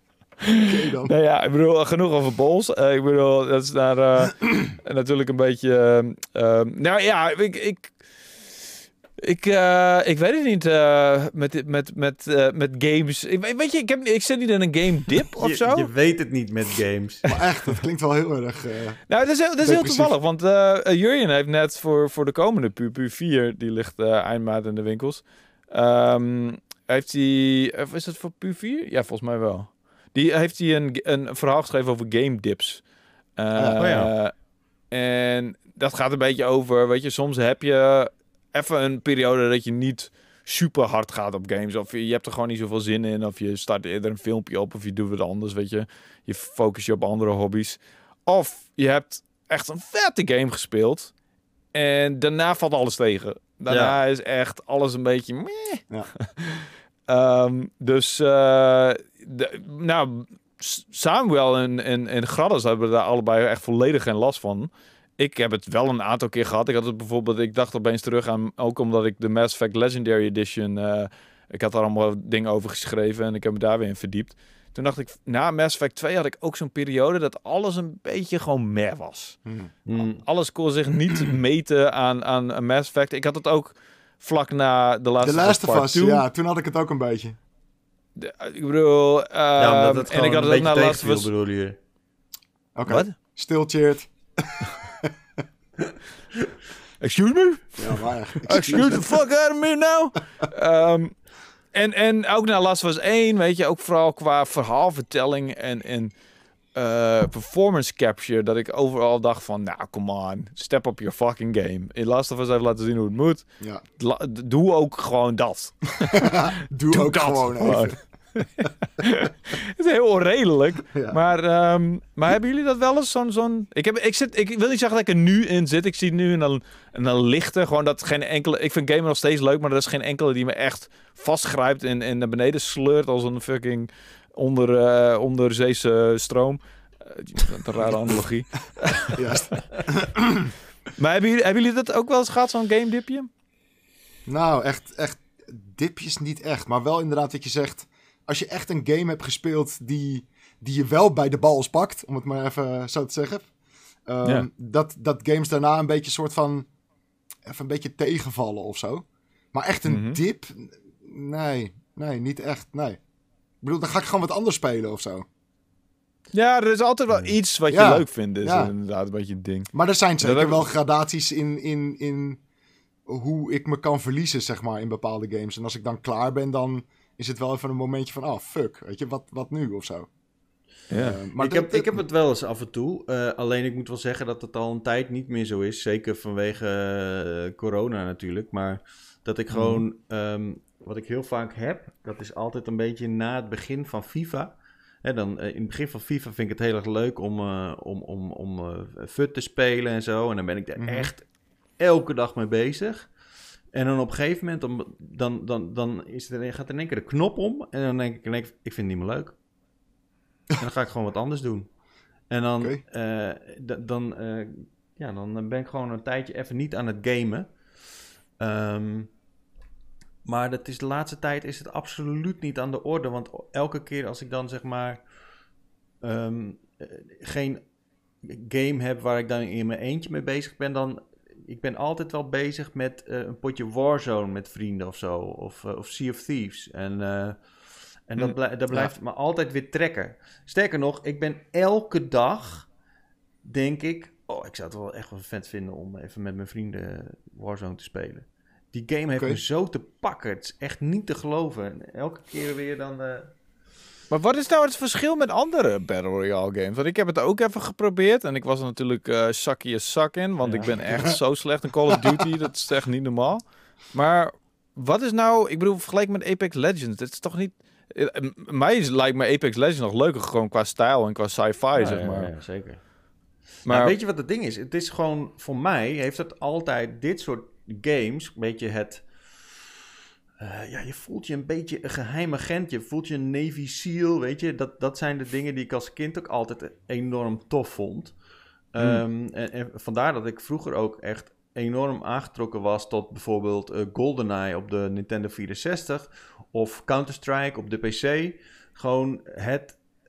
okay, dan. Nou ja, ik bedoel, genoeg over Bols. Uh, ik bedoel, dat is daar uh, natuurlijk een beetje... Uh, uh, nou ja, ik... ik Ik, uh, ik weet het niet uh, met, met, met, uh, met games. Ik, weet je, ik, heb, ik zit niet in een game dip of je, zo. Je weet het niet met games. Maar echt, dat klinkt wel heel erg... Uh, nou, dat is, dat is heel toevallig. Want uh, Jurjen heeft net voor, voor de komende Pu Pu vier... die ligt uh, eind maart in de winkels... Um, heeft hij... Is het voor Pu vier? Ja, volgens mij wel. Die heeft hij een, een verhaal geschreven over game dips. Uh, oh ja. En dat gaat een beetje over... Weet je, soms heb je... even een periode dat je niet super hard gaat op games. Of je, je hebt er gewoon niet zoveel zin in. Of je start eerder een filmpje op. Of je doet wat anders, weet je. Je focus je op andere hobby's. Of je hebt echt een vette game gespeeld. En daarna valt alles tegen. Daarna ja. is echt alles een beetje... Meh. Ja. um, dus... Uh, de, nou, Samuel en, en, en Graddes hebben daar allebei echt volledig geen last van. Ik heb het wel een aantal keer gehad. Ik had het bijvoorbeeld, ik dacht opeens terug aan, ook omdat ik de Mass Effect Legendary Edition, uh, ik had daar allemaal dingen over geschreven en ik heb me daar weer in verdiept. Toen dacht ik, na Mass Effect twee had ik ook zo'n periode dat alles een beetje gewoon meh was. Hmm. Hmm. Alles kon zich niet meten aan, aan Mass Effect. Ik had het ook vlak na The Last, The Last of Us, ja, toen had ik het ook een beetje. De, ik bedoel, uh, ja, het en ik had het ook na Last of Us. Bedoel je? Oké, okay. Still cheered. Excuse me? Ja, maar Excuse, Excuse the fuck out of me now? um, en, en ook naar Last of Us één, weet je, ook vooral qua verhaalvertelling en, en uh, performance capture, dat ik overal dacht van, nou, come on, step up your fucking game. In Last of Us heeft laten zien hoe het moet. Ja. La- doe ook gewoon dat. doe, doe ook dat gewoon even. Het is heel onredelijk. Ja. Maar, um, maar hebben jullie dat wel eens? Zo'n, zo'n... Ik, heb, ik, zit, ik wil niet zeggen dat ik er nu in zit. Ik zie nu in een, in een lichte. Gewoon dat geen enkele... Ik vind gamen nog steeds leuk, maar er is geen enkele die me echt vastgrijpt en, en naar beneden sleurt als een fucking onder, uh, onderzeese stroom. Uh, een rare analogie. Juist. Maar hebben jullie, hebben jullie dat ook wel eens gehad, zo'n game dipje? Nou, echt, echt dipjes niet echt. Maar wel inderdaad wat je zegt... Als je echt een game hebt gespeeld die, die je wel bij de bals pakt, om het maar even zo te zeggen. Um, ja. dat, dat games daarna een beetje soort van, even een beetje tegenvallen of zo. Maar echt een mm-hmm. dip? Nee, nee, niet echt, nee. Ik bedoel, dan ga ik gewoon wat anders spelen of zo. Ja, er is altijd wel iets wat je ja. leuk vindt. Is ja. inderdaad een beetje een ding. Maar er zijn zeker heb... wel gradaties in, in, in hoe ik me kan verliezen, zeg maar, in bepaalde games. En als ik dan klaar ben, dan... is het wel even een momentje van, oh, fuck, weet je, wat, wat nu of zo. Ja. Uh, maar ik, de, heb, de, ik heb het wel eens af en toe. Uh, alleen ik moet wel zeggen dat het al een tijd niet meer zo is. Zeker vanwege uh, corona natuurlijk. Maar dat ik gewoon, mm. um, wat ik heel vaak heb, dat is altijd een beetje na het begin van FIFA. Hè, dan, uh, in het begin van FIFA vind ik het heel erg leuk om, uh, om, om, om uh, F U T te spelen en zo. En dan ben ik daar mm. echt elke dag mee bezig. En dan op een gegeven moment, dan, dan, dan, dan is er, gaat er in één keer de knop om. En dan denk ik, denk ik, ik vind het niet meer leuk. En dan ga ik gewoon wat anders doen. En dan, okay. uh, d- dan, uh, ja, dan ben ik gewoon een tijdje even niet aan het gamen. Um, maar dat is, de laatste tijd is het absoluut niet aan de orde. Want elke keer als ik dan zeg maar um, geen game heb waar ik dan in mijn eentje mee bezig ben, dan... Ik ben altijd wel bezig met uh, een potje Warzone met vrienden of zo. Of, uh, of Sea of Thieves. En, uh, en dat, bl- dat blijft ja. me altijd weer trekken. Sterker nog, ik ben elke dag, denk ik... Oh, ik zou het wel echt wel vet vinden om even met mijn vrienden Warzone te spelen. Die game heeft okay. me zo te pakken. Het is echt niet te geloven. Elke keer weer dan... Uh... Maar wat is nou het verschil met andere Battle Royale games? Want ik heb het ook even geprobeerd. En ik was er natuurlijk uh, zakkie als zak in. Want ja. ik ben echt zo slecht in Call of Duty. Dat is echt niet normaal. Maar wat is nou... Ik bedoel, vergeleken met Apex Legends. Het is toch niet... Uh, mij lijkt me Apex Legends nog leuker. Gewoon qua stijl en qua sci-fi, ja, zeg maar. Ja, ja zeker. Maar nou, weet je wat het ding is? Het is gewoon... Voor mij heeft het altijd dit soort games... Een beetje het... Uh, ja, je voelt je een beetje een geheim agent. Je voelt je een Navy SEAL, weet je. Dat, dat zijn de dingen die ik als kind ook altijd enorm tof vond. Mm. Um, en, en vandaar dat ik vroeger ook echt enorm aangetrokken was tot bijvoorbeeld uh, GoldenEye op de Nintendo vierenzestig. Of Counter-Strike op de P C. Gewoon het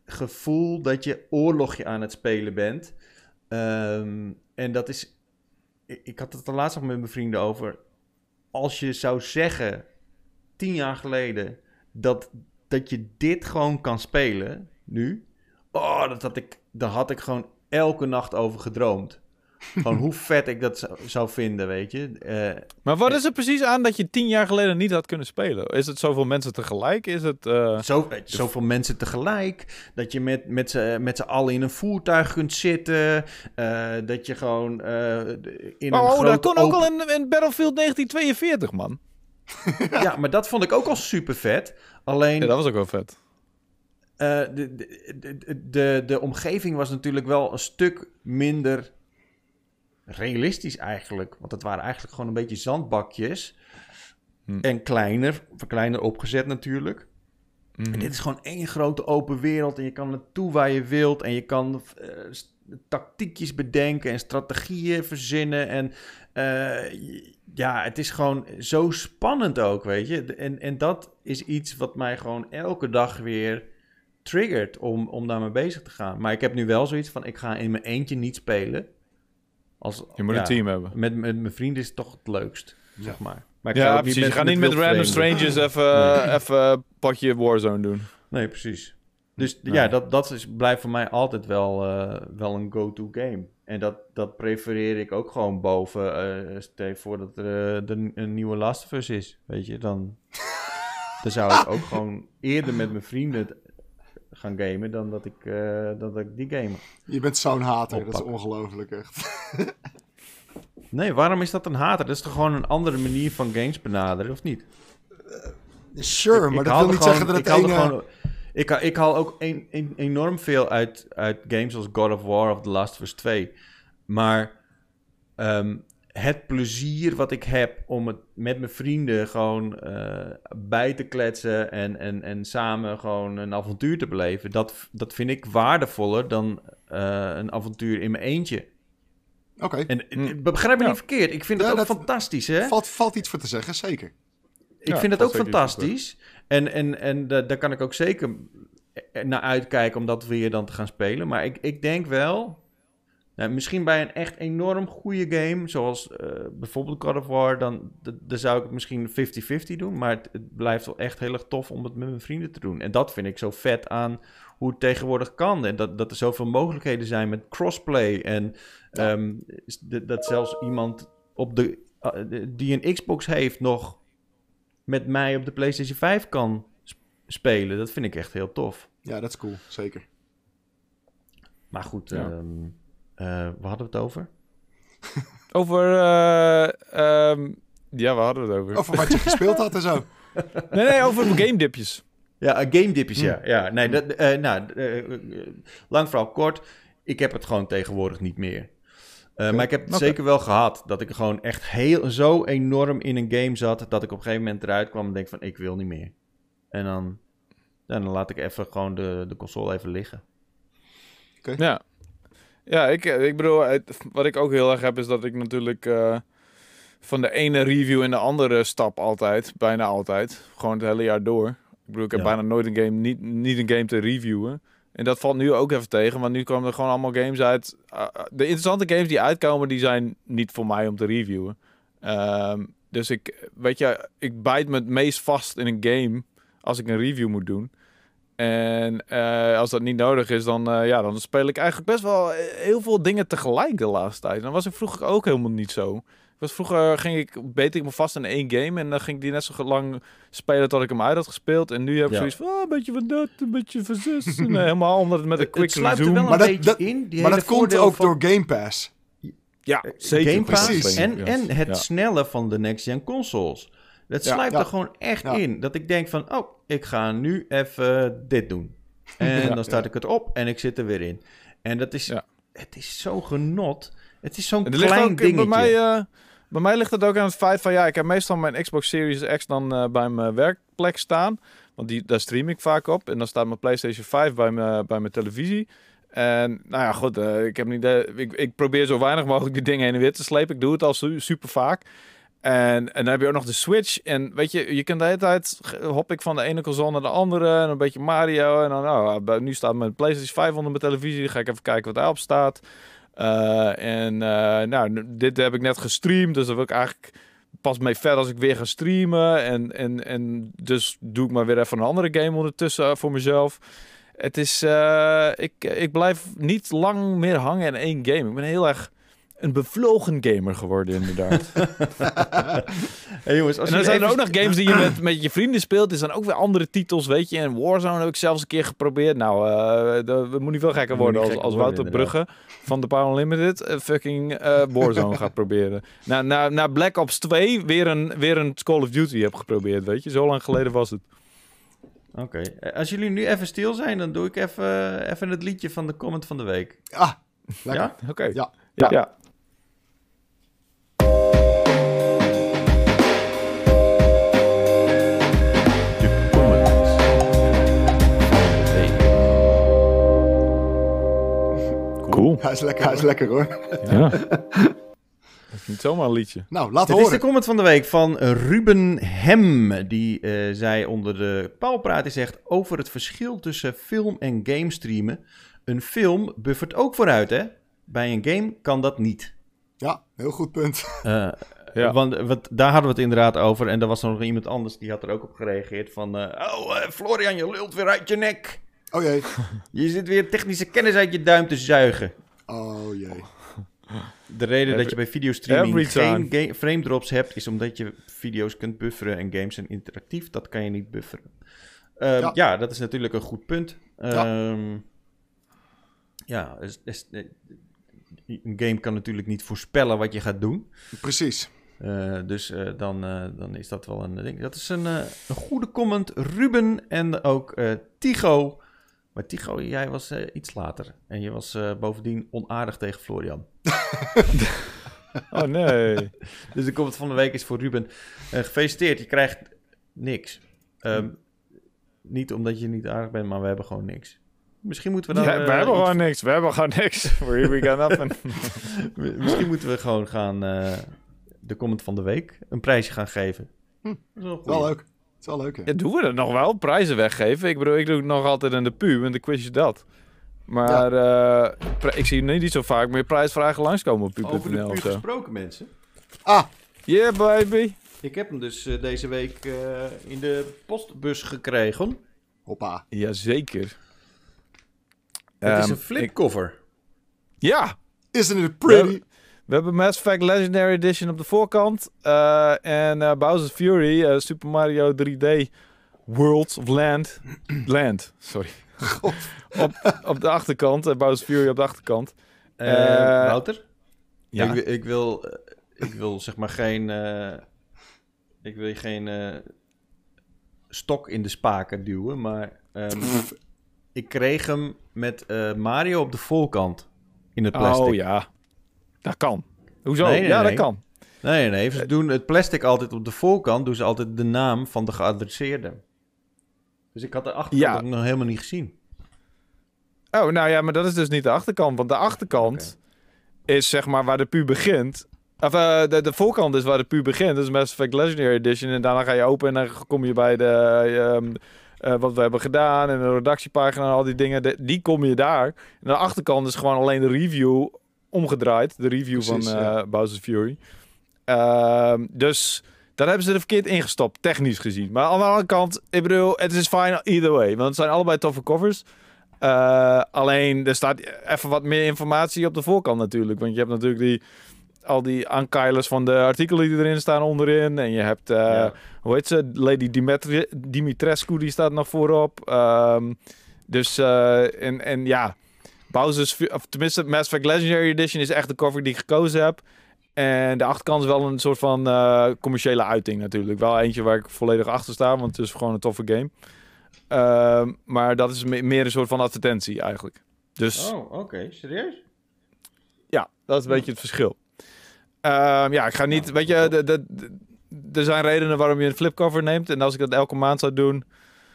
gevoel dat je oorlogje aan het spelen bent. Um, en dat is... Ik had het er laatst nog met mijn vrienden over. Als je zou zeggen, tien jaar geleden, dat, dat je dit gewoon kan spelen, nu. Oh, dat had ik, daar had ik gewoon elke nacht over gedroomd. Gewoon hoe vet ik dat zou, zou vinden, weet je. Uh, maar wat is er precies aan dat je tien jaar geleden niet had kunnen spelen? Is het zoveel mensen tegelijk? Is het... Uh... Zo, zoveel mensen tegelijk. Dat je met, met z'n met z'n allen in een voertuig kunt zitten. Uh, dat je gewoon uh, in oh, een oh, grote... dat kon ook al in, in Battlefield negentien tweeënveertig, man. Ja, maar dat vond ik ook al super vet. Alleen... Ja, dat was ook wel vet. Uh, de, de, de, de, de omgeving was natuurlijk wel een stuk minder... realistisch eigenlijk. Want het waren eigenlijk gewoon een beetje zandbakjes. Hm. En kleiner. Kleiner opgezet natuurlijk. Mm-hmm. En dit is gewoon één grote open wereld. En je kan naartoe waar je wilt. En je kan uh, tactiekjes bedenken. En strategieën verzinnen. En uh, ja, het is gewoon zo spannend ook, weet je. En, en dat is iets wat mij gewoon elke dag weer triggert om, om daarmee bezig te gaan. Maar ik heb nu wel zoiets van, ik ga in mijn eentje niet spelen. Als, je moet ja, een team hebben. Met, met mijn vrienden is het toch het leukst, ja. zeg maar. maar ik ja, ga precies. Niet met, je gaat met niet met random vreemden. strangers even, nee. even potje Warzone doen. Nee, precies. Dus nee. ja, dat, dat is, blijft voor mij altijd wel, uh, wel een go-to game. En dat, dat prefereer ik ook gewoon boven. Uh, stel je voor dat er uh, de, een nieuwe Last of Us is, weet je. Dan, dan zou ik ook gewoon eerder met mijn vrienden gaan gamen dan dat ik, uh, dan dat ik die game. Je bent zo'n hater, oppakken. Dat is ongelooflijk echt. Nee, waarom is dat een hater? Dat is toch gewoon een andere manier van games benaderen, of niet? Uh, sure, ik, maar ik dat wil niet gewoon, zeggen dat het ik ene... Gewoon, ik, ik haal ook een, een, enorm veel uit, uit games als God of War of The Last of Us twee. Maar um, het plezier wat ik heb om het met mijn vrienden gewoon uh, bij te kletsen en, en, en samen gewoon een avontuur te beleven, dat, dat vind ik waardevoller dan uh, een avontuur in mijn eentje. Oké. Okay. En mm. begrijp me ja. niet verkeerd, ik vind ja, het ook fantastisch, hè? Valt, valt iets voor te zeggen, zeker. Ik ja, vind het ook fantastisch. En, en, en da, daar kan ik ook zeker naar uitkijken om dat weer dan te gaan spelen. Maar ik, ik denk wel... Nou, misschien bij een echt enorm goede game, zoals uh, bijvoorbeeld God of War, dan, dan zou ik het misschien vijftig vijftig doen. Maar het, het blijft wel echt heel erg tof om het met mijn vrienden te doen. En dat vind ik zo vet aan hoe het tegenwoordig kan. En dat, dat er zoveel mogelijkheden zijn met crossplay. En ja. um, dat zelfs iemand op de, uh, die een Xbox heeft nog met mij op de PlayStation vijf kan sp- spelen. Dat vind ik echt heel tof. Ja, dat is cool. Zeker. Maar goed... Ja. Um, Uh, waar hadden we het over? Over, uh, um, ja, waar hadden we het over? Over wat je gespeeld had en zo. Nee, nee, over game dipjes. Ja, uh, game dipjes, mm. ja. ja. Nee, dat, uh, nou, uh, uh, lang vooral kort. Ik heb het gewoon tegenwoordig niet meer. Uh, okay. Maar ik heb het okay. zeker wel gehad. Dat ik gewoon echt heel, zo enorm in een game zat, dat ik op een gegeven moment eruit kwam en denk van, ik wil niet meer. En dan, ja, dan laat ik even gewoon de, de console even liggen. Oké. Okay. Ja. Ja, ik, ik bedoel, het, wat ik ook heel erg heb, is dat ik natuurlijk uh, van de ene review in de andere stap altijd, bijna altijd, gewoon het hele jaar door. Ik bedoel, ik heb ja. bijna nooit een game, niet, niet een game te reviewen. En dat valt nu ook even tegen, want nu komen er gewoon allemaal games uit. Uh, de interessante games die uitkomen, die zijn niet voor mij om te reviewen. Um, dus ik, weet je, ik bijt me het meest vast in een game als ik een review moet doen. En uh, als dat niet nodig is, dan, uh, ja, dan speel ik eigenlijk best wel heel veel dingen tegelijk de laatste tijd. En dat was ik vroeger ook helemaal niet zo. Ik was vroeger ging ik, beet ik me vast in één game en dan ging ik die net zo lang spelen tot ik hem uit had gespeeld. En nu heb ik ja. zoiets van, oh, een beetje van dat, een beetje van zus. En, uh, helemaal omdat het met een quick zoom. Er wel maar dat, een dat, in, die maar dat komt ook van... door Game Pass. Ja, zeker. Game Pass precies. En, ja. en het ja. snelle van de next-gen consoles. Dat ja, sluipt ja. er gewoon echt ja. in. Dat ik denk van, oh, ik ga nu even dit doen. En ja, dan start ja. ik het op en ik zit er weer in. En dat is, ja. het is zo genot. Het is zo'n klein ook, dingetje. Bij mij, uh, bij mij ligt het ook aan het feit van, ja, ik heb meestal mijn Xbox Series X dan uh, bij mijn werkplek staan. Want die, daar stream ik vaak op. En dan staat mijn PlayStation vijf bij, me, bij mijn televisie. En nou ja, goed, uh, ik, heb niet, uh, ik, ik probeer zo weinig mogelijk die dingen heen en weer te slepen. Ik doe het al su- super vaak. En, en dan heb je ook nog de Switch. En weet je, je kunt de hele tijd... hop ik van de ene console naar de andere. En een beetje Mario. En dan, nou, nu staat mijn PlayStation vijf onder mijn televisie. Dan ga ik even kijken wat daarop staat. Uh, en uh, nou, dit heb ik net gestreamd. Dus daar wil ik eigenlijk pas mee verder als ik weer ga streamen. En, en, en dus doe ik maar weer even een andere game ondertussen uh, voor mezelf. Het is... Uh, ik, ik blijf niet lang meer hangen in één game. Ik ben heel erg... een bevlogen gamer geworden, inderdaad. Hey jongens, als en dan zijn even... er ook nog games die je met, met je vrienden speelt. Er zijn ook weer andere titels, weet je. En Warzone heb ik zelfs een keer geprobeerd. Nou, uh, de, we moeten niet veel gekker worden als, als Wouter worden, Brugge van de Power Unlimited uh, fucking uh, Warzone gaat proberen. Na, na, na Black Ops twee weer een, weer een Call of Duty heb geprobeerd, weet je. Zo lang geleden was het. Oké. Okay. Als jullie nu even stil zijn, dan doe ik even, even het liedje van de comment van de week. Ah, lekker. Ja? Oké. Okay. Ja. Ja. ja. Cool. Hij is lekker, hij is lekker hoor. Ja. Dat is niet zomaar een liedje. Nou, laat Dit horen. is de comment van de week van Ruben Hem. Die uh, zei onder de Pauwpraat, die zegt... over het verschil tussen film en game streamen. Een film buffert ook vooruit, hè? Bij een game kan dat niet. Ja, heel goed punt. Uh, ja. Want wat, daar hadden we het inderdaad over. En er was nog iemand anders die had er ook op gereageerd. Van, uh, oh uh, Florian, je lult weer uit je nek. Oh jee. Je zit weer technische kennis uit je duim te zuigen. Oh jee. De reden Every, dat je bij videostreaming geen ga- frame drops hebt... is omdat je video's kunt bufferen en games zijn interactief. Dat kan je niet bufferen. Uh, ja. ja, dat is natuurlijk een goed punt. Ja, um, ja is, is, een game kan natuurlijk niet voorspellen wat je gaat doen. Precies. Uh, dus uh, dan, uh, dan is dat wel een ding. Dat is een, uh, een goede comment. Ruben en ook uh, Tycho... Maar Tycho, jij was uh, iets later. En je was uh, bovendien onaardig tegen Florian. Oh nee. Dus de comment van de week is voor Ruben. Uh, gefeliciteerd, je krijgt niks. Um, niet omdat je niet aardig bent, maar we hebben gewoon niks. Misschien moeten we dan... Ja, uh, we hebben iets... gewoon niks. We hebben gewoon niks. We got nothing. Misschien moeten we gewoon gaan... Uh, de comment van de week een prijsje gaan geven. Hm, dat is wel, wel leuk. Het is wel leuk, hè? Ja, doen we dat nog wel? Prijzen weggeven? Ik bedoel, ik doe het nog altijd in de pu, en dan quiz je dat. Maar ja. uh, ik zie het niet zo vaak meer prijsvragen langskomen op pu punt n l. Over de pu gesproken, mensen. Ah! Yeah, baby! Ik heb hem dus uh, deze week uh, in de postbus gekregen. Hoppa. Jazeker. Het um, is een flipcover. Ik... Ja! Isn't it pretty? We, we hebben Mass Effect Legendary Edition op de voorkant. Uh, en uh, Bowser's Fury, uh, Super Mario drie D Worlds of Land. Land, sorry. op, op de achterkant, uh, Bowser's Fury op de achterkant. Uh, uh, Wouter? Ja? Ik, ik, wil, uh, ik wil zeg maar geen... Uh, ik wil geen uh, stok in de spaken duwen, maar... Um, ik kreeg hem met uh, Mario op de voorkant in het plastic. Oh ja, dat kan. Hoezo? Nee, nee, ja, nee. dat kan. Nee, nee, ze doen het plastic altijd op de voorkant, doen ze altijd de naam van de geadresseerde. Dus ik had de achterkant ja. nog helemaal niet gezien. Oh, nou ja, maar dat is dus niet de achterkant. Want de achterkant okay. is zeg maar waar de pu begint. Of uh, de, de voorkant is waar de pu begint. Dat is Mass Effect Legendary Edition. En daarna ga je open en dan kom je bij de... Um, Uh, wat we hebben gedaan en de redactiepagina en al die dingen, de, die kom je daar. En de achterkant is gewoon alleen de review omgedraaid. De review Precies, van uh, ja. Bowser's Fury. Uh, dus daar hebben ze er verkeerd ingestopt, technisch gezien. Maar aan de andere kant, ik bedoel, het is fine either way. Want het zijn allebei toffe covers. Uh, alleen, er staat even wat meer informatie op de voorkant natuurlijk. Want je hebt natuurlijk die... al die aankeilers van de artikelen die erin staan onderin. En je hebt, uh, ja. hoe heet ze? Lady Dimitri- Dimitrescu, die staat nog voorop. Um, dus, uh, en, en ja, Bowser's, of tenminste, Mass Effect Legendary Edition is echt de cover die ik gekozen heb. En de achterkant is wel een soort van uh, commerciële uiting natuurlijk. Wel eentje waar ik volledig achter sta, want het is gewoon een toffe game. Uh, maar dat is me- meer een soort van advertentie eigenlijk. Dus, oh, oké. Okay. Serieus? Ja, dat is een beetje het verschil. Uh, ja, ik ga niet... Nou, weet je, de, de, de, er zijn redenen waarom je een flipcover neemt. En als ik dat elke maand zou doen...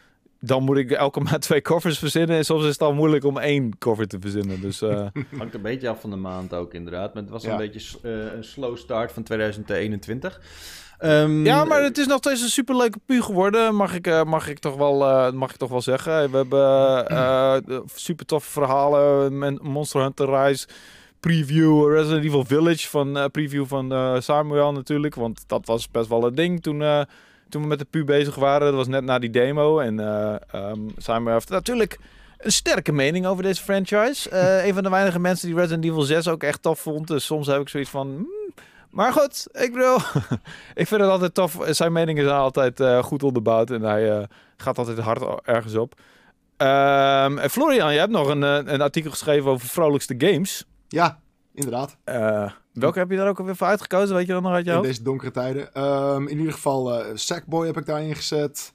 dan moet ik elke maand twee covers verzinnen. En soms is het al moeilijk om één cover te verzinnen. Dus, uh... hangt een beetje af van de maand ook inderdaad. Maar het was Ja. een beetje uh, een slow start van tweeduizend eenentwintig. Um, ja, maar het is nog steeds een superleuke pu geworden. Mag ik, uh, mag ik, toch, wel, uh, mag ik toch wel zeggen. We hebben uh, super toffe verhalen. Monster Hunter Rise preview. Resident Evil Village van uh, preview van uh, Samuel natuurlijk. Want dat was best wel een ding toen... Uh, Toen we met de pu bezig waren, dat was net na die demo. En uh, um, Simon heeft natuurlijk een sterke mening over deze franchise. Uh, een van de weinige mensen die Resident Evil zes ook echt tof vond. Dus soms heb ik zoiets van... Hmm, maar goed, ik bedoel... ik vind het altijd tof. Zijn meningen zijn altijd uh, goed onderbouwd. En hij uh, gaat altijd hard ergens op. Um, en Florian, je hebt nog een, een artikel geschreven over vrolijkste games. Ja, inderdaad. Uh, welke heb je daar ook alweer voor uitgekozen? Weet je dat nog uit je hoofd? In deze donkere tijden. Um, in ieder geval uh, Sackboy heb ik daarin gezet.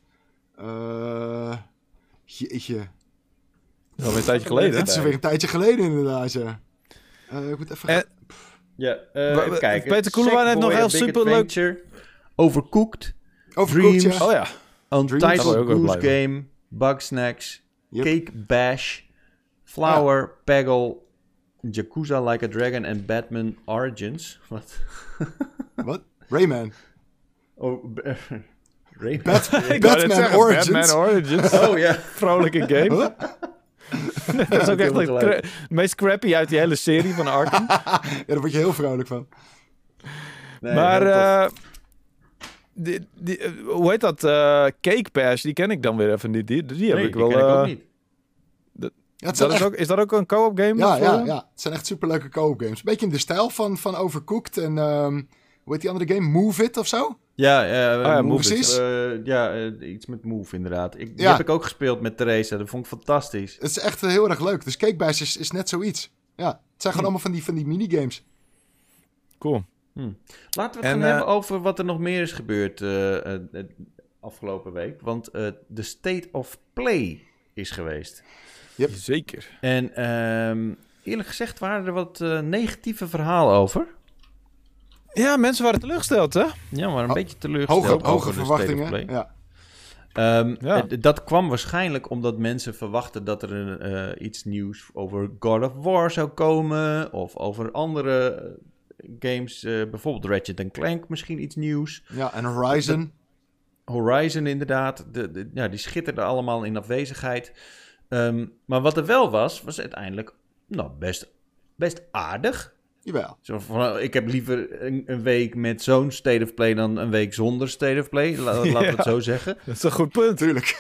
Uh, jeetje. Dat is alweer een tijdje geleden. Het is weer een tijdje geleden inderdaad, ja. Uh, ik moet even... En, ja, uh, even kijken. Peter Koelewijn heeft nog heel superleuk... Overcooked. Overcooked, Dreams, ja. Oh ja. Untitled Goose blij, Game. Bugsnax. Yep. Cake Bash. Flower. Ja. Peggle. Yakuza Like a Dragon en Batman Origins. Wat? Wat? Rayman. Oh, Rayman. Bat- Batman, Batman Origins. Batman Origins. Oh ja. Vrolijke game. Dat is ook echt de cra- meest crappy uit die hele serie van Arkham. Ja, daar word je heel vrolijk van. Nee, maar, uh, die, die, uh, hoe heet dat? Uh, Cake Bash, die ken ik dan weer even niet. Die, die heb nee, ik wel... Die ken uh, ik ook niet. Ja, dat echt... is, ook, is dat ook een co-op game? Ja, ja, ja, het zijn echt superleuke co-op games. Beetje in de stijl van, van Overcooked en... Um, hoe heet die andere game? Move It of zo? Ja, uh, oh, ja Move precies. Uh, ja, uh, iets met Move inderdaad. Ik, die ja. heb ik ook gespeeld met Theresa. Dat vond ik fantastisch. Het is echt uh, heel erg leuk. Dus Cake Bash is, is net zoiets. Ja, het zijn gewoon hm. allemaal van die, van die minigames. Cool. Hm. Laten we het en, gaan uh, hebben over wat er nog meer is gebeurd uh, uh, uh, afgelopen week. Want uh, de State of Play is geweest. Yep. Zeker. En uh, eerlijk gezegd waren er wat uh, negatieve verhalen over. Ja, mensen waren teleurgesteld, hè? Ja, maar een oh, beetje teleurgesteld. Hoge, over hoge de verwachtingen, State of Play. ja. Um, ja. d- dat kwam waarschijnlijk omdat mensen verwachten dat er een, uh, iets nieuws over God of War zou komen. Of over andere games, uh, bijvoorbeeld Ratchet and Clank, misschien iets nieuws. Ja, en Horizon. De, Horizon inderdaad. De, de, ja, die schitterden allemaal in afwezigheid. Um, maar wat er wel was, was uiteindelijk nou, best, best aardig. Jawel. Zo van, ik heb liever een, een week met zo'n State of Play dan een week zonder State of Play. La, laten we ja, het zo zeggen. Dat is een goed punt. Tuurlijk.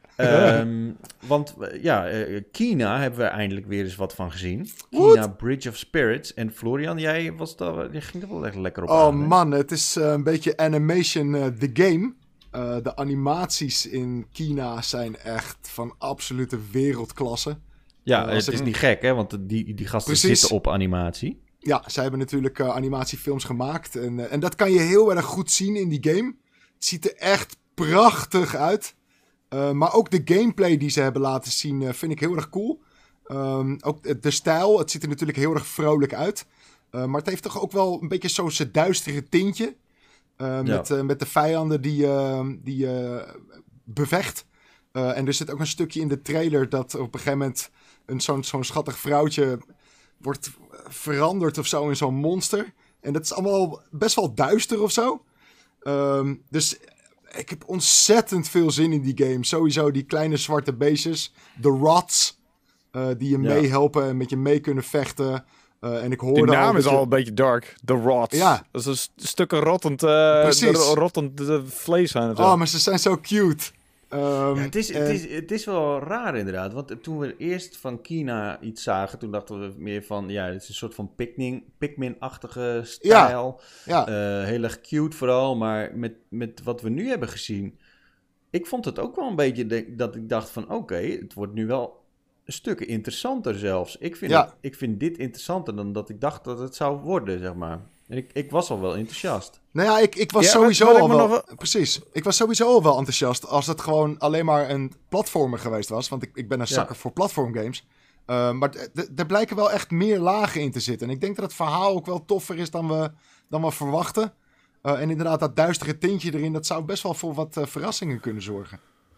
Um, want ja, uh, Kina hebben we eindelijk weer eens wat van gezien. Kina What? Bridge of Spirits. En Florian, jij, was daar, jij ging er wel echt lekker op oh, aan. Oh man, het is uh, een beetje animation uh, the game. Uh, de animaties in Kina zijn echt van absolute wereldklasse. Ja, uh, het is ik... niet gek, hè? Want die, die gasten Precies. zitten op animatie. Ja, zij hebben natuurlijk uh, animatiefilms gemaakt. En, uh, en dat kan je heel erg goed zien in die game. Het ziet er echt prachtig uit. Uh, maar ook de gameplay die ze hebben laten zien uh, vind ik heel erg cool. Um, ook de stijl, het ziet er natuurlijk heel erg vrolijk uit. Uh, maar het heeft toch ook wel een beetje zo'n duistere tintje. Uh, ja. met, uh, met de vijanden die, uh, die uh, bevecht. Uh, en er zit ook een stukje in de trailer dat op een gegeven moment een, zo'n, zo'n schattig vrouwtje wordt veranderd of zo in zo'n monster. En dat is allemaal best wel duister of zo. Um, dus ik heb ontzettend veel zin in die game. Sowieso die kleine zwarte beestjes. De rots. Uh, die je ja. meehelpen en met je mee kunnen vechten. Uh, en ik hoorde die naam al is je... al een beetje dark. The rots. Ja. Dat is een st- stukken rottend, uh, Precies. rottend uh, vlees zijn het Oh, maar ze zijn zo cute. Um, ja, het, is, en... het, is, het is wel raar inderdaad. Want toen we eerst van Kina iets zagen, toen dachten we meer van, ja, het is een soort van Pikmin, Pikmin-achtige stijl. Ja. Ja. Uh, heel erg cute vooral. Maar met, met wat we nu hebben gezien, ik vond het ook wel een beetje de, dat ik dacht van, oké, okay, het wordt nu wel stukken interessanter zelfs. Ik vind, ja. het, ik vind dit interessanter dan dat ik dacht dat het zou worden, zeg maar. En ik, ik was al wel enthousiast. Nou ja, ik, ik was ja, sowieso maar, al wel... wel... Precies. Ik was sowieso al wel enthousiast als het gewoon alleen maar een platformer geweest was. Want ik, ik ben een ja. zakker voor platformgames. Uh, maar d- d- er blijken wel echt meer lagen in te zitten. En ik denk dat het verhaal ook wel toffer is dan we, dan we verwachten. Uh, en inderdaad, dat duistere tintje erin, dat zou best wel voor wat uh, verrassingen kunnen zorgen.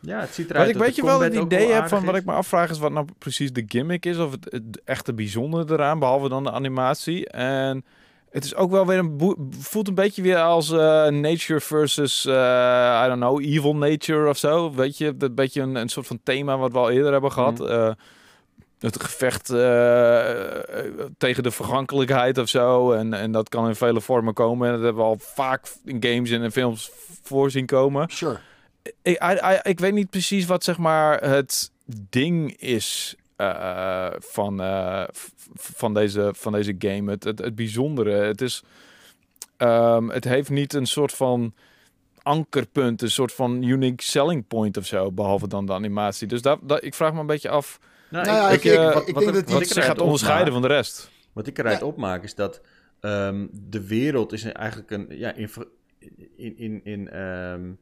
Ja, het ziet eruit. Wat ik weet je wel het idee heb van is. wat ik me afvraag is wat nou precies de gimmick is. Of het, het echte bijzondere eraan, behalve dan de animatie. En het is ook wel weer een boe- voelt een beetje weer als uh, nature versus, uh, I don't know, evil nature of zo. Weet je, dat beetje een, een soort van thema wat we al eerder hebben gehad. Mm. Uh, het gevecht uh, tegen de vergankelijkheid of zo. En, en dat kan in vele vormen komen. En dat hebben we al vaak in games en in films voorzien komen. Sure. Ik, I, I, ik weet niet precies wat zeg maar het ding is uh, van, uh, f- van, deze, van deze game. Het, het, het bijzondere. Het is, um, het heeft niet een soort van ankerpunt, een soort van unique selling point of zo, behalve dan de animatie. Dus dat, dat, ik vraag me een beetje af. Nou, nou ja, ik, ik, uh, ik, ik denk dat wat zich gaat onderscheiden van de rest. Wat ik eruit ja. opmaak is dat um, de wereld is eigenlijk een ja in in in, in um,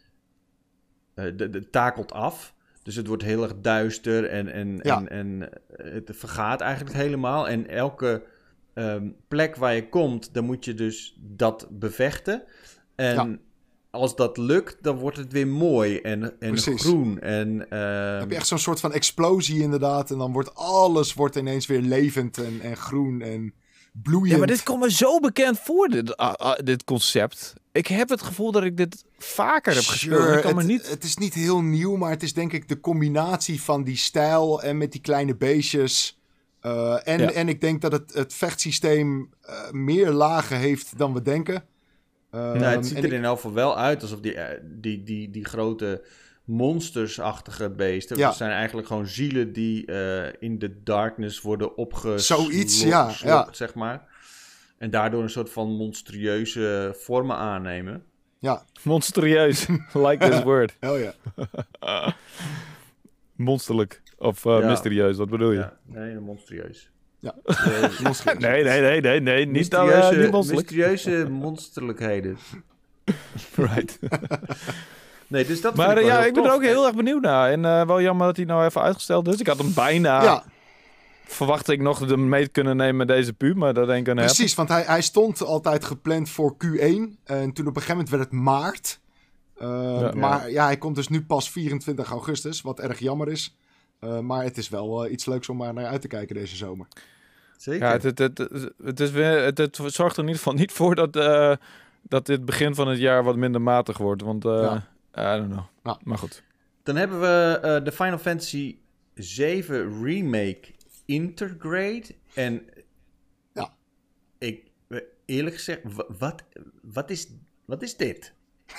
uh, de, de takelt af. Dus het wordt heel erg duister en en ja. en, en het vergaat eigenlijk helemaal. En elke um, plek waar je komt, dan moet je dus dat bevechten. En ja. als dat lukt, dan wordt het weer mooi en, en groen. En, uh... Dan heb je echt zo'n soort van explosie inderdaad. En dan wordt alles wordt ineens weer levend en, en groen en bloeiend. Ja, maar dit komt me zo bekend voor, dit, uh, uh, dit concept. Ik heb het gevoel dat ik dit vaker heb gespeeld. Sure, ik kan het, me niet... het is niet heel nieuw, maar het is denk ik de combinatie van die stijl en met die kleine beestjes. Uh, en, ja. en ik denk dat het, het vechtsysteem uh, meer lagen heeft dan we denken. Uh, nou, het ziet er ik... in elk geval wel uit alsof die, die, die, die grote monstersachtige beesten... Ja. Dat zijn eigenlijk gewoon zielen die uh, in de darkness worden opgeslokt, Zoiets, ja, ja. zeg maar. En daardoor een soort van monstrueuze vormen aannemen. Ja. Monstrueus, like this word. Hell ja. Monsterlijk, of uh, ja. mysterieus, wat bedoel je? Ja, nee, monstrueus. Ja. Uh, nee, nee, nee, nee, nee, niet mysterieuze, uh, niet monsterlijk. Mysterieuze monsterlijkheden. Right. Nee, dus dat maar vind ik uh, wel ja, heel ik ben tof. er ook heel erg benieuwd naar. En uh, wel jammer dat hij nou even uitgesteld is. Ik had hem bijna... Ja. Verwachtte ik nog de mee kunnen nemen met deze pub, maar dat denk ik aan Precies, want hij, hij stond altijd gepland voor Q één. En toen op een gegeven moment werd het maart. Uh, ja, maar ja. ja, hij komt dus nu pas vierentwintig augustus, wat erg jammer is. Uh, maar het is wel uh, iets leuks om maar naar uit te kijken deze zomer. Zeker. Ja, het, het, het, het, is weer, het, het zorgt er in ieder geval niet voor dat, uh, dat dit begin van het jaar wat minder matig wordt. Want, uh, ja. I don't know. Ja. Maar goed. Dan hebben we uh, de Final Fantasy zeven Remake Intergrade. En ja. ik, eerlijk gezegd, wat, wat, is, wat is dit?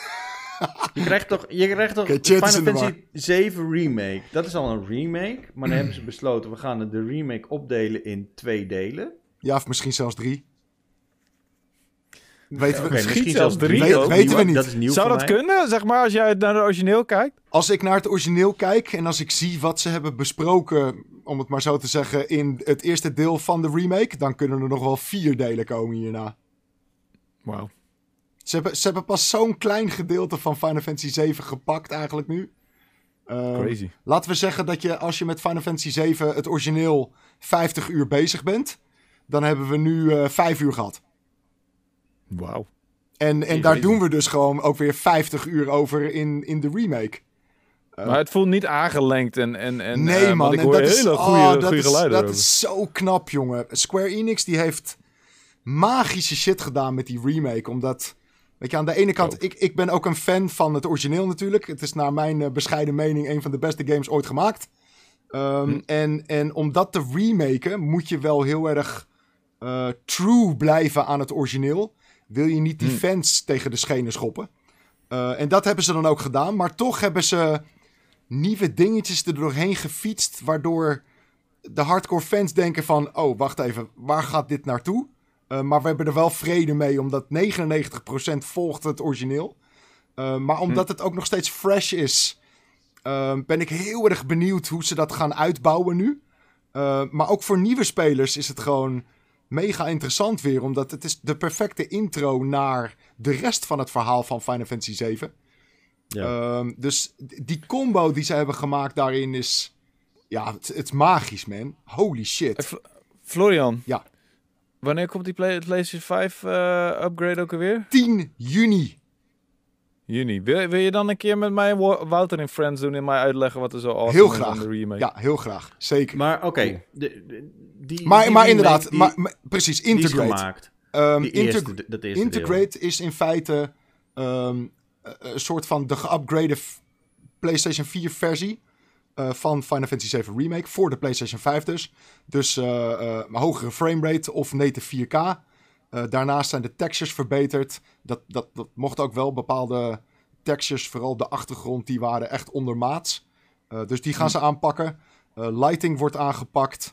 Je krijgt toch, je krijgt toch okay, Final Fantasy zeven Remake. Dat is al een remake. Maar dan hebben ze besloten, we gaan de remake opdelen in twee delen. Ja, of misschien zelfs drie. Weten we okay, misschien zelfs drie. Weet, weten we niet. Dat is nieuw Zou voor dat mij. kunnen, zeg maar, als jij naar het origineel kijkt? Als ik naar het origineel kijk en als ik zie wat ze hebben besproken, om het maar zo te zeggen, in het eerste deel van de remake, dan kunnen er nog wel vier delen komen hierna. Wauw. Ze hebben, ze hebben pas zo'n klein gedeelte van Final Fantasy zeven gepakt eigenlijk nu. Uh, Crazy. Laten we zeggen dat je, als je met Final Fantasy zeven het origineel vijftig uur bezig bent, dan hebben we nu uh, vijf uur gehad. Wauw. En, en daar doen we dus gewoon ook weer vijftig uur over in, in de remake. Uh, maar het voelt niet aangelengd en... en, en nee uh, man, ik en hoor dat hele is, goede, oh, dat goede is, geluiden. Dat over. is zo knap, jongen. Square Enix die heeft magische shit gedaan met die remake. Omdat, weet je, aan de ene kant... Oh. Ik, ik ben ook een fan van het origineel natuurlijk. Het is naar mijn uh, bescheiden mening een van de beste games ooit gemaakt. Um, hm. en, en om dat te remaken moet je wel heel erg uh, true blijven aan het origineel. Wil je niet die hm. fans tegen de schenen schoppen. Uh, en dat hebben ze dan ook gedaan. Maar toch hebben ze nieuwe dingetjes er doorheen gefietst. Waardoor de hardcore fans denken van... Oh, wacht even, waar gaat dit naartoe? Uh, maar we hebben er wel vrede mee, omdat negenennegentig procent volgt het origineel. Uh, maar omdat hm. het ook nog steeds fresh is... Uh, ben ik heel erg benieuwd hoe ze dat gaan uitbouwen nu. Uh, maar ook voor nieuwe spelers is het gewoon... mega interessant weer, omdat het is de perfecte intro naar de rest van het verhaal van Final Fantasy zeven. Ja. Um, dus die combo die ze hebben gemaakt daarin is... Ja, het, het is magisch, man. Holy shit. Hey, F- Florian. Ja. Wanneer komt die Play- PlayStation vijf uh, upgrade ook alweer? tien juni. Juni. Wil, wil je dan een keer met mij Wouter in Friends doen en mij uitleggen wat er zo awesome heel is graag. aan de remake? Ja, heel graag. Zeker. Maar oké, okay, de, de, die Maar, die maar remake, inderdaad, die, maar, maar, precies, Integrate. Die is gemaakt. Um, die integ- eerste, dat eerste Integrate deel. is in feite um, een soort van de geupgrade f- PlayStation vier versie uh, van Final Fantasy zeven Remake voor de PlayStation vijf dus. Dus uh, uh, hogere framerate of native vier K. Uh, daarnaast zijn de textures verbeterd. Dat, dat, dat mocht ook wel. Bepaalde textures, vooral op de achtergrond, die waren echt ondermaats. Uh, dus die gaan hm. ze aanpakken. Uh, lighting wordt aangepakt.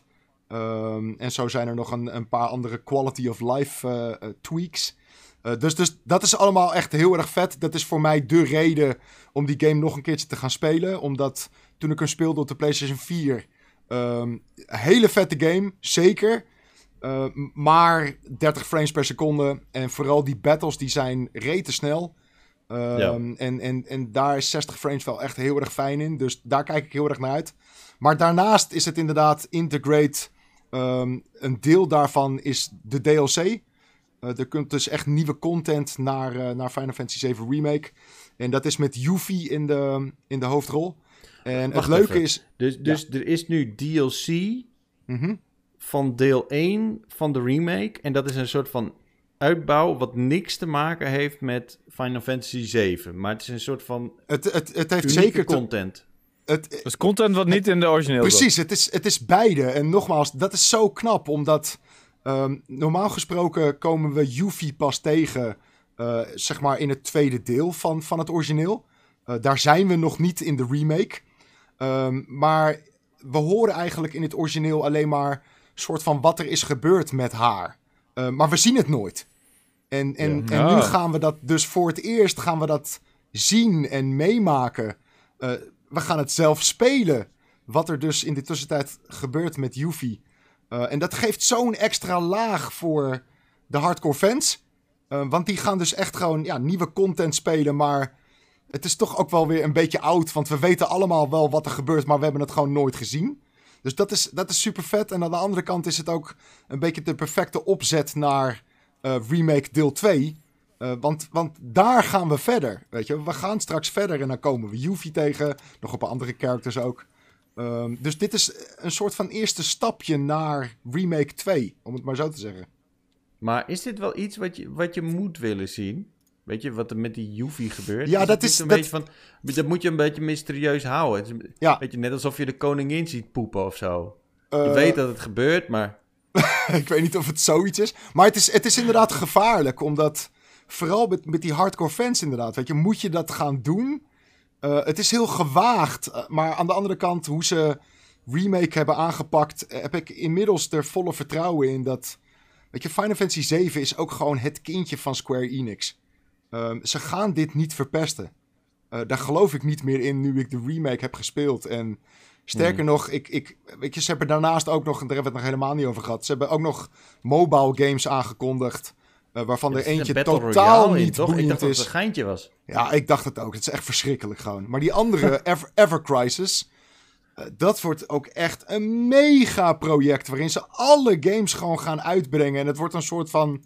Um, en zo zijn er nog een, een paar andere quality of life uh, uh, tweaks. Uh, dus, dus dat is allemaal echt heel erg vet. Dat is voor mij de reden om die game nog een keertje te gaan spelen. Omdat toen ik hem speelde op de PlayStation vier... Um, een hele vette game, zeker. Uh, maar dertig frames per seconde. En vooral die battles die zijn rete snel. Um, ja. en, en, en daar is zestig frames wel echt heel erg fijn in. Dus daar kijk ik heel erg naar uit. Maar daarnaast is het inderdaad Integrate. Um, een deel daarvan is de D L C. Uh, er komt dus echt nieuwe content naar, uh, naar Final Fantasy zeven Remake. En dat is met Yuffie in de, in de hoofdrol. En Wacht het leuke even. is... Dus, dus ja. er is nu D L C mm-hmm. van deel één van de remake. En dat is een soort van uitbouw wat niks te maken heeft met Final Fantasy zeven. Maar het is een soort van het, het, het heeft zeker content. Te, het, dat is content wat niet het, in de origineel was. Precies, het is, het is beide. En nogmaals, dat is zo knap, omdat um, normaal gesproken komen we Yuffie pas tegen, uh, zeg maar in het tweede deel van, van het origineel. Uh, daar zijn we nog niet in de remake. Um, maar we horen eigenlijk in het origineel alleen maar soort van wat er is gebeurd met haar. Uh, maar we zien het nooit. En, en, ja. en nu gaan we dat dus voor het eerst gaan we dat zien en meemaken. Uh, we gaan het zelf spelen. Wat er dus in de tussentijd gebeurt met Yuffie. Uh, en dat geeft zo'n extra laag voor de hardcore fans. Uh, want die gaan dus echt gewoon ja, nieuwe content spelen. Maar het is toch ook wel weer een beetje oud. Want we weten allemaal wel wat er gebeurt. Maar we hebben het gewoon nooit gezien. Dus dat is, dat is super vet. En aan de andere kant is het ook een beetje de perfecte opzet naar uh, remake deel twee. Uh, want, want daar gaan we verder. Weet je, we gaan straks verder en dan komen we Yuffie tegen. Nog op andere characters ook. Um, dus dit is een soort van eerste stapje naar remake twee. Om het maar zo te zeggen. Maar is dit wel iets wat je, wat je moet willen zien? Weet je, wat er met die Yuffie gebeurt? Ja, is dat is... Een dat... beetje van, dat moet je een beetje mysterieus houden. Het is, ja. Weet je, net alsof je de koningin ziet poepen of zo. Uh... Je weet dat het gebeurt, maar... ik weet niet of het zoiets is. Maar het is, het is inderdaad gevaarlijk, omdat... Vooral met, met die hardcore fans inderdaad. Weet je, moet je dat gaan doen? Uh, het is heel gewaagd. Maar aan de andere kant, hoe ze remake hebben aangepakt... heb ik inmiddels er volle vertrouwen in dat... Weet je, Final Fantasy zeven is ook gewoon het kindje van Square Enix. Um, ze gaan dit niet verpesten. Uh, daar geloof ik niet meer in nu ik de remake heb gespeeld. En sterker hmm. nog, ik, ik, weet je, ze hebben daarnaast ook nog... Daar hebben we het nog helemaal niet over gehad. Ze hebben ook nog mobile games aangekondigd... Uh, waarvan ja, er eentje totaal niet toch? boeiend ik dacht is. Dat het een geintje was. Ja, ik dacht het ook. Het is echt verschrikkelijk gewoon. Maar die andere, Ever, Ever Crisis... Uh, dat wordt ook echt een mega project... waarin ze alle games gewoon gaan uitbrengen. En het wordt een soort van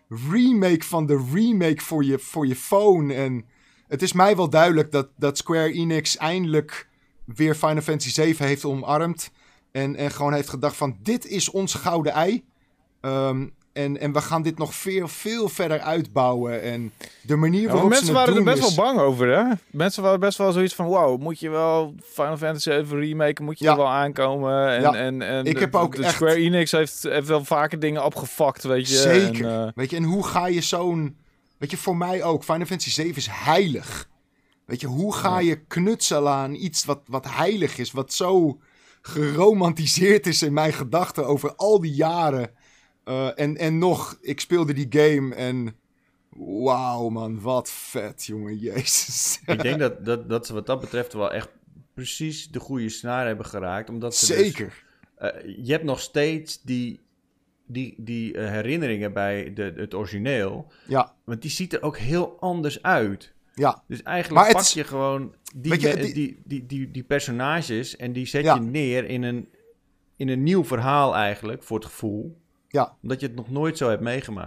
remake van de remake voor je, voor je phone. En het is mij wel duidelijk dat, dat Square Enix eindelijk... weer Final Fantasy zeven heeft omarmd. En, en gewoon heeft gedacht van... dit is ons gouden ei. Um, En, en we gaan dit nog veel, veel verder uitbouwen. En de manier waarop ja, ze het mensen waren doen er best is... wel bang over, hè? Mensen waren best wel zoiets van... Wow, moet je wel Final Fantasy zeven remake... moet je ja. er wel aankomen? En, ja. en, en ik de, heb ook de echt... Square Enix heeft, heeft wel vaker dingen opgefakt, weet je. Zeker. En, uh... Weet je, en hoe ga je zo'n... Weet je, voor mij ook. Final Fantasy zeven is heilig. Weet je, hoe ga je knutselen aan iets wat, wat heilig is? Wat zo geromantiseerd is in mijn gedachten over al die jaren... Uh, en, en nog, ik speelde die game en... Wauw man, wat vet, jongen, jezus. Ik denk dat, dat, dat ze wat dat betreft wel echt precies de goede snaar hebben geraakt. Omdat ze Zeker. Dus, uh, je hebt nog steeds die, die, die uh, herinneringen bij de, het origineel. Ja. Want die ziet er ook heel anders uit. Ja. Dus eigenlijk pak is, je gewoon die, je, me, die, die, die, die, die personages en die zet ja. je neer in een, in een nieuw verhaal eigenlijk, voor het gevoel. Ja. Omdat je het nog nooit zo hebt meegemaakt.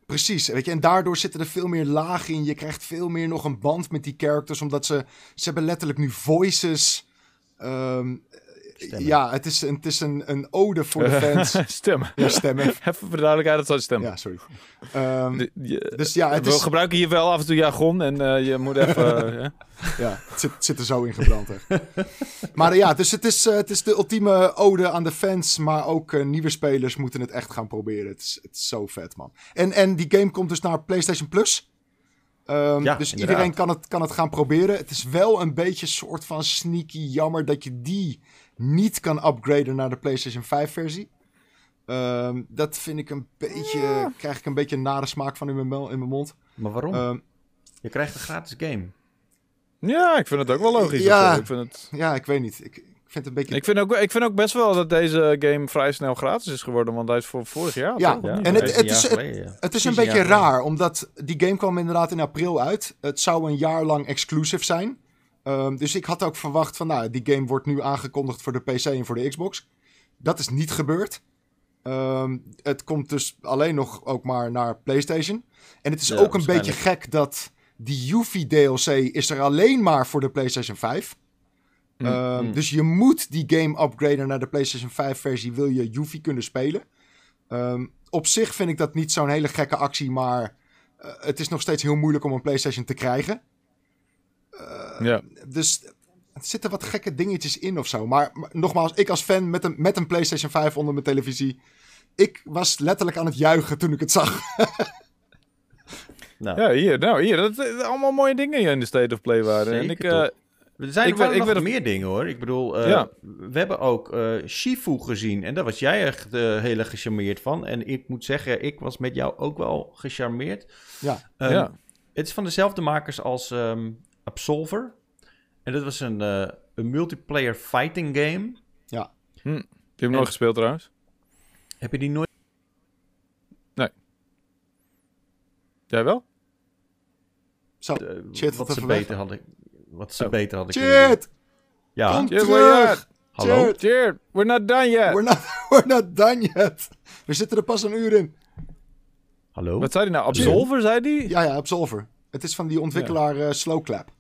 precies. Weet je, en daardoor zitten er veel meer lagen in. Je krijgt veel meer nog een band met die characters, omdat ze... Ze hebben letterlijk nu voices... Um, ja, het is, een, het is een, een ode voor de fans. Stemmen. Ja, stemmen. Even voor de duidelijkheid, dat zijn stemmen. Ja, sorry. Um, de, je, dus ja, het we is... gebruiken hier wel af en toe jargon en uh, je moet even... uh, ja, het zit, het zit er zo in gebrand. Hè. Maar uh, ja, dus het is, uh, het is de ultieme ode aan de fans, maar ook uh, nieuwe spelers moeten het echt gaan proberen. Het is, het is zo vet, man. En, en die game komt dus naar PlayStation Plus. Um, ja, dus inderdaad. Iedereen kan het, kan het gaan proberen. Het is wel een beetje een soort van sneaky jammer dat je die niet kan upgraden naar de PlayStation vijf versie. Um, dat vind ik een beetje... Ja. Krijg ik een beetje een nare smaak van in mijn, in mijn mond. Maar waarom? Um, je krijgt een gratis game. Ja, ik vind het ook wel logisch. Ja, ik vind het... ja ik weet niet. Ik, ik vind het een beetje... Ik vind, ook, ik vind ook best wel dat deze game vrij snel gratis is geworden, want hij is voor vorig jaar. Ja, ja. en het, het, is, geleden, het, ja. het is een beetje raar, omdat die game kwam inderdaad in april uit. Het zou een jaar lang exclusive zijn. Um, dus ik had ook verwacht van, nou, die game wordt nu aangekondigd voor de P C en voor de Xbox. Dat is niet gebeurd. Um, het komt dus alleen nog ook maar naar PlayStation. En het is ja, ook een beetje gek dat die Yuffie D L C is er alleen maar voor de PlayStation vijf. Mm, um, mm. Dus je moet die game upgraden naar de PlayStation vijf versie, wil je Yuffie kunnen spelen. Um, op zich vind ik dat niet zo'n hele gekke actie, maar uh, het is nog steeds heel moeilijk om een PlayStation te krijgen. Uh, ja. Dus er zitten wat gekke dingetjes in of zo. Maar, maar nogmaals, ik als fan met een, met een PlayStation vijf onder mijn televisie, ik was letterlijk aan het juichen toen ik het zag. nou. Ja, hier, nou, hier, dat zijn allemaal mooie dingen hier in de State of Play waren. Zeker, en ik, uh, er zijn ik wel nog ik meer dingen, hoor. Ik bedoel, uh, ja. we hebben ook uh, Shifu gezien. En daar was jij echt uh, heel erg gecharmeerd van. En ik moet zeggen, ik was met jou ook wel gecharmeerd. Ja. Um, ja. Het is van dezelfde makers als um, Absolver. En dat was een, uh, een multiplayer fighting game. Ja. Hm. Die heb je nooit gespeeld trouwens? Heb je die nooit? Nee. Jij wel? Zo, uh, shit, wat ze beter hadden. Wat ze oh. beter hadden Shit! Ja. Kom Shit, terug! Hallo? Shit. Shit, we're not done yet. We're not, we're not done yet. We zitten er pas een uur in. Hallo? Wat zei hij nou? Absolver, zei die? Ja, ja, Absolver. Het is van die ontwikkelaar ja. uh, Slowclap.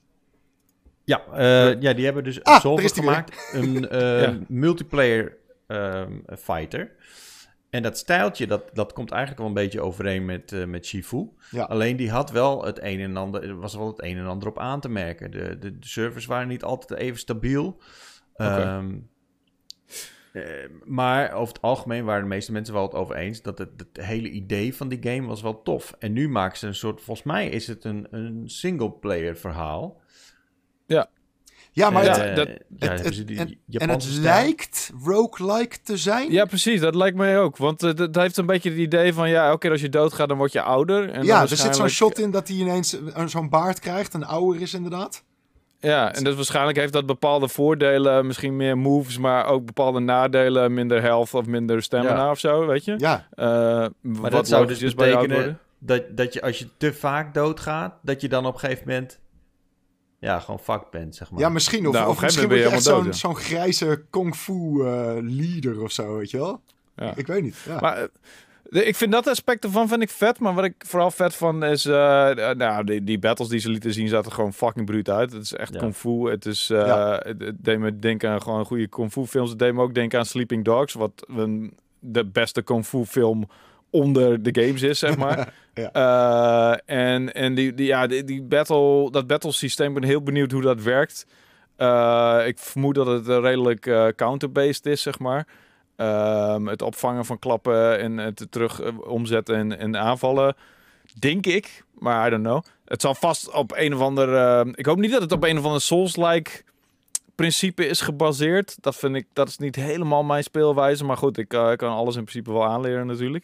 Ja, uh, ja, die hebben dus ah, Absolver gemaakt. Weer. Een uh, ja. multiplayer um, fighter. En dat stijltje, dat, dat komt eigenlijk wel een beetje overeen met, uh, met Shifu. Ja. Alleen die had wel het een en ander, er was wel het een en ander op aan te merken. De, de, de servers waren niet altijd even stabiel. Okay. Um, uh, maar over het algemeen waren de meeste mensen wel het over eens dat het, het hele idee van die game was wel tof. En nu maken ze een soort, volgens mij is het een, een single-player verhaal. Ja. Ja, maar uh, het, dat, ja, het, het, en, en het stijl. lijkt roguelike te zijn. Ja, precies. Dat lijkt mij ook. Want het, het heeft een beetje het idee van, ja, elke keer als je doodgaat, dan word je ouder. En ja, dan er zit zo'n shot in dat hij ineens zo'n baard krijgt en ouder is inderdaad. Ja, en dus waarschijnlijk heeft dat bepaalde voordelen, misschien meer moves, maar ook bepaalde nadelen, minder health of minder stamina ja. of zo, weet je? Ja. Uh, maar wat dat zou dus betekenen dat, dat je als je te vaak doodgaat, dat je dan op een gegeven moment... Ja, gewoon fucked bent, zeg maar. Ja, misschien. Of, nou, of misschien word je echt zo'n, zo'n grijze kung fu uh, leader of zo, weet je wel? Ja. Ik weet niet, ja. Maar, uh, ik vind dat aspect ervan vind ik vet, maar wat ik vooral vet van is... Uh, uh, nou, die, die battles die ze lieten zien zaten gewoon fucking bruut uit. Het is echt ja. kung fu. Het is... Uh, ja. Het, het deed me denken aan gewoon goede kung fu films. Het deed me ook denken aan Sleeping Dogs, wat een, de beste kung fu film onder de games is, zeg maar. ja. uh, en en die, die, ja, die, die battle, dat battle systeem, ik ben heel benieuwd hoe dat werkt. Uh, ik vermoed dat het redelijk uh, counter-based is, zeg maar. Um, het opvangen van klappen en het terug uh, omzetten en, en aanvallen, denk ik. Maar I don't know. Het zal vast op een of ander... Uh, ik hoop niet dat het op een of ander Souls-like principe is gebaseerd. Dat vind ik, dat is niet helemaal mijn speelwijze. Maar goed, ik uh, kan alles in principe wel aanleren natuurlijk.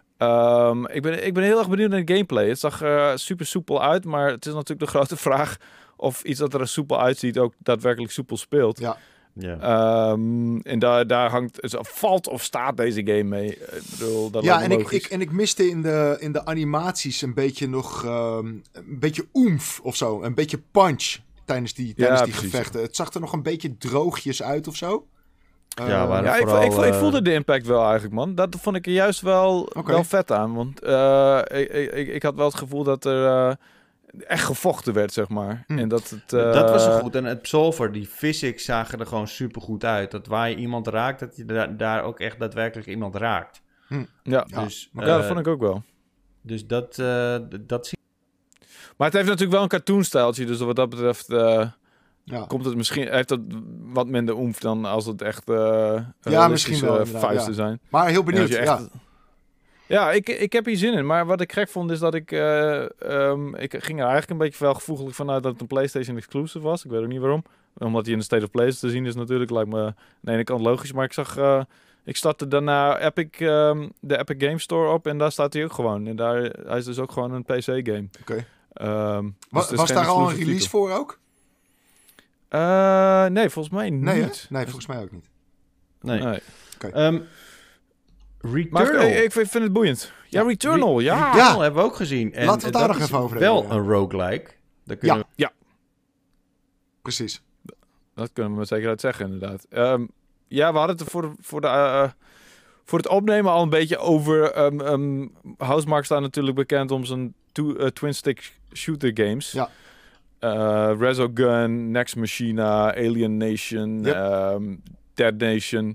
Um, ik, ben, ik ben heel erg benieuwd naar de gameplay. Het zag uh, super soepel uit, maar het is natuurlijk de grote vraag of iets dat er soepel uitziet ook daadwerkelijk soepel speelt. Ja. Yeah. Um, en daar, daar hangt, het valt of staat deze game mee. Ik bedoel, dat ja, en ik, ik, en ik miste in de, in de animaties een beetje nog um, een beetje oemf of zo. Een beetje punch tijdens die, tijdens ja, die gevechten. Het zag er nog een beetje droogjes uit of zo. Uh, Ja, maar Ja, ik, vooral, ik, ik uh, voelde de impact wel eigenlijk, man. Dat vond ik er juist wel, Oké. wel vet aan. Want uh, ik, ik, ik had wel het gevoel dat er uh, echt gevochten werd, zeg maar. Hm. En dat het... Uh, Dat was zo goed. En het Absolver, die physics zagen er gewoon super goed uit. Dat waar je iemand raakt, dat je daar, daar ook echt daadwerkelijk iemand raakt. Ja, Ja. Dus, ja, uh, dat vond ik ook wel. Dus dat, uh, dat zie Maar het heeft natuurlijk wel een cartoonstijltje, dus wat dat betreft uh, ja. komt het misschien... Heeft het wat minder oemf dan als het echt uh, Ja, misschien wel, uh, inderdaad, vuisten ja. zijn. Maar heel En benieuwd, als je ja. echt- Ja, ik, ik heb hier zin in. Maar wat ik gek vond is dat ik... Uh, um, ik ging er eigenlijk een beetje wel gevoeglijk vanuit dat het een PlayStation exclusive was. Ik weet ook niet waarom. Omdat hij in de State of Play te zien is natuurlijk. Lijkt me aan de ene kant logisch. Maar ik zag... Uh, ik startte daarna Epic, um, de Epic Game Store op. En daar staat hij ook gewoon. En daar, hij is dus ook gewoon een P C-game. Oké. Um, Was, dus was daar al een exclusive release titel. voor ook? Uh, nee, volgens mij Nee, hè? niet. Nee, volgens mij ook niet. Nee. Nee. Um, Maar Returnal. ik, ik vind het boeiend. Ja, Ja. Returnal, ja. Returnal Ja. hebben we ook gezien. En Laten we het daar dat nog is even over wel hebben, ja. een roguelike. Daar kunnen Ja. we- Ja, Precies. dat kunnen we met zekerheid zeggen, inderdaad. Um, ja, we hadden het er voor, voor, de, uh, voor het opnemen al een beetje over. Um, um, Housemarque staat natuurlijk bekend om zijn two, uh, twin-stick shooter games. Ja. Uh, Resogun, Nex Machina, Alien Nation, Yep. um, Dead Nation.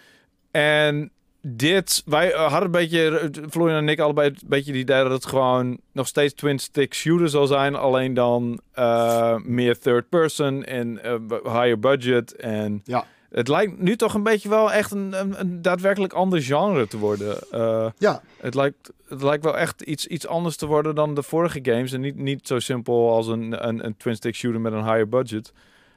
En dit, wij uh, hadden een beetje, Florian en ik allebei een beetje het idee dat het gewoon nog steeds twin-stick shooter zal zijn. Alleen dan uh, meer third person en uh, higher budget. En Ja. het lijkt nu toch een beetje wel echt een, een, een daadwerkelijk ander genre te worden. Uh, Ja, het, lijkt, het lijkt wel echt iets, iets anders te worden dan de vorige games. En niet, niet zo simpel als een, een, een twin-stick shooter met een higher budget.